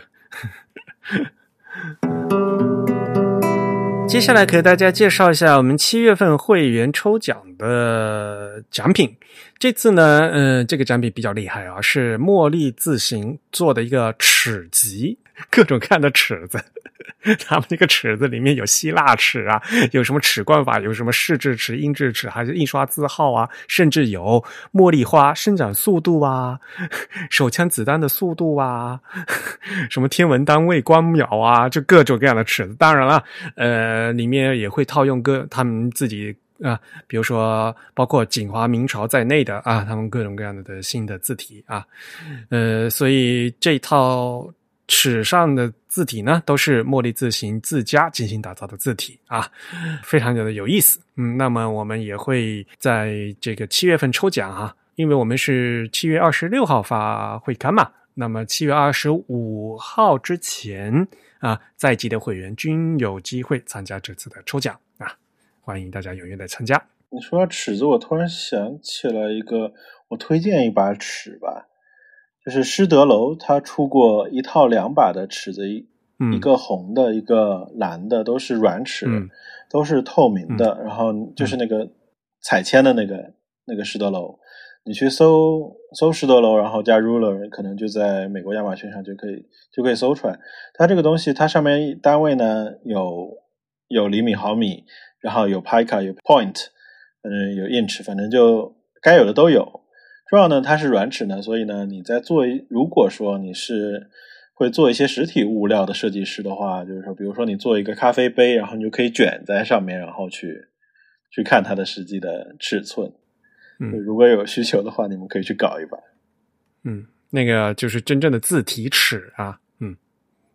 接下来给大家介绍一下我们七月份会员抽奖的奖品。这次呢，呃，这个奖品比较厉害啊，是茉莉字形做的一个尺集，各种各样的尺子。他们这个尺子里面有希腊尺啊，有什么尺冠法，有什么视字尺、英制尺，还是印刷字号啊，甚至有茉莉花生长速度啊，手枪子弹的速度啊，什么天文单位光秒啊，就各种各样的尺子。当然了，呃，里面也会套用各他们自己啊，比如说包括锦华明朝在内的啊，他们各种各样的的新的字体啊，呃，所以这套尺上的字体呢，都是茉莉字形自家精心打造的字体啊，非常的有意思。嗯，那么我们也会在这个七月份抽奖啊，因为我们是七月二十六号发会刊嘛，那么七月二十五号之前啊，在籍的会员均有机会参加这次的抽奖啊，欢迎大家踊跃的参加。 你说到尺子，我突然想起来一个，我推荐一把尺吧。就是施德楼他出过一套两把的尺子，一、嗯、一个红的一个蓝的，都是软尺、嗯、都是透明的、嗯、然后就是那个彩铅的那个、嗯、那个施德楼，你去搜搜施德楼然后加 ruler， 可能就在美国亚马逊上就可以就可以搜出来。它这个东西它上面单位呢有有厘米毫米，然后有 pica 有 point， 嗯，有 inch， 反正就该有的都有。重要呢，它是软尺呢，所以呢，你在做，如果说你是会做一些实体物料的设计师的话，就是说，比如说你做一个咖啡杯，然后你就可以卷在上面，然后去去看它的实际的尺寸。嗯，如果有需求的话，你们可以去搞一把。 嗯，那个就是真正的字体尺啊。嗯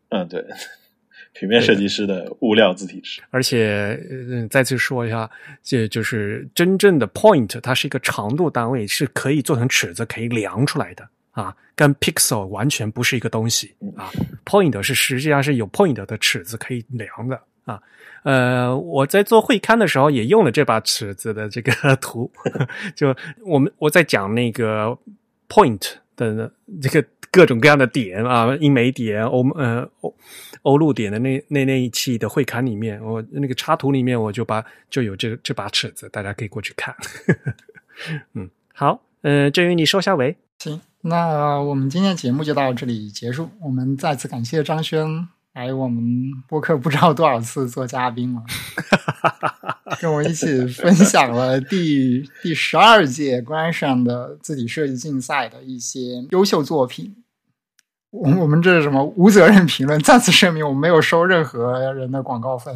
嗯，对，平面设计师的物料字体师。 而且、呃、再次说一下，这就是真正的 point 它是一个长度单位，是可以做成尺子可以量出来的啊，跟 pixel 完全不是一个东西啊。point 是实际上是有 point 的尺子可以量的啊。呃，我在做会刊的时候也用了这把尺子的这个图，就我们我在讲那个 point 的这个各种各样的点啊，英美点、欧呃欧欧陆点的那那那一期的会刊里面，我那个插图里面我就把就有这这把尺子，大家可以过去看。嗯，好，呃，郑宇你收下尾。 行，那我们今天节目就到这里结束。我们再次感谢张轩来我们播客不知道多少次做嘉宾了，跟我一起分享了第第十二届 Grandson 的字体设计竞赛的一些优秀作品。我我们这是什么无责任评论？再次声明，我们没有收任何人的广告费。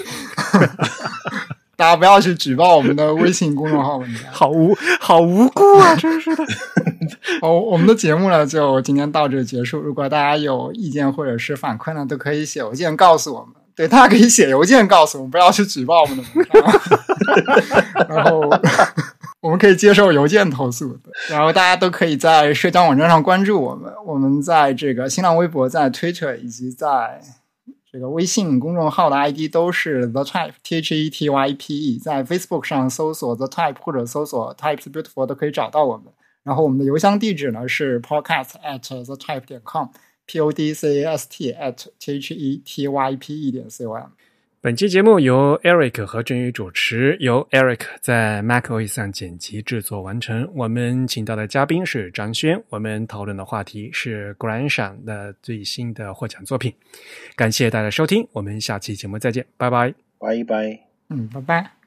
大家不要去举报我们的微信公众号文章， 好无好无辜啊！真是的。 好，我们的节目呢就今天到这结束。如果大家有意见或者是反馈呢，都可以写邮件告诉我们。对，大家可以写邮件告诉我们，不要去举报我们的文章。然后我们可以接受邮件投诉的。然后大家都可以在社交网站上关注我们，我们在这个新浪微博、在 Twitter 以及在这个微信公众号的 I D 都是 The Type T H E T Y P E， 在 Facebook 上搜索 The Type 或者搜索 Types Beautiful 都可以找到我们。然后我们的邮箱地址呢是 podcast at the type 点 com p o d c a s t at t h e t y p e 点 com。 本期节目由 Eric 和郑宇主持，由 Eric 在 macOS 上剪辑制作完成。我们请到的嘉宾是张轩，我们讨论的话题是 Grandson 的最新的获奖作品。感谢大家收听，我们下期节目再见，拜拜。 拜拜。 嗯，拜拜。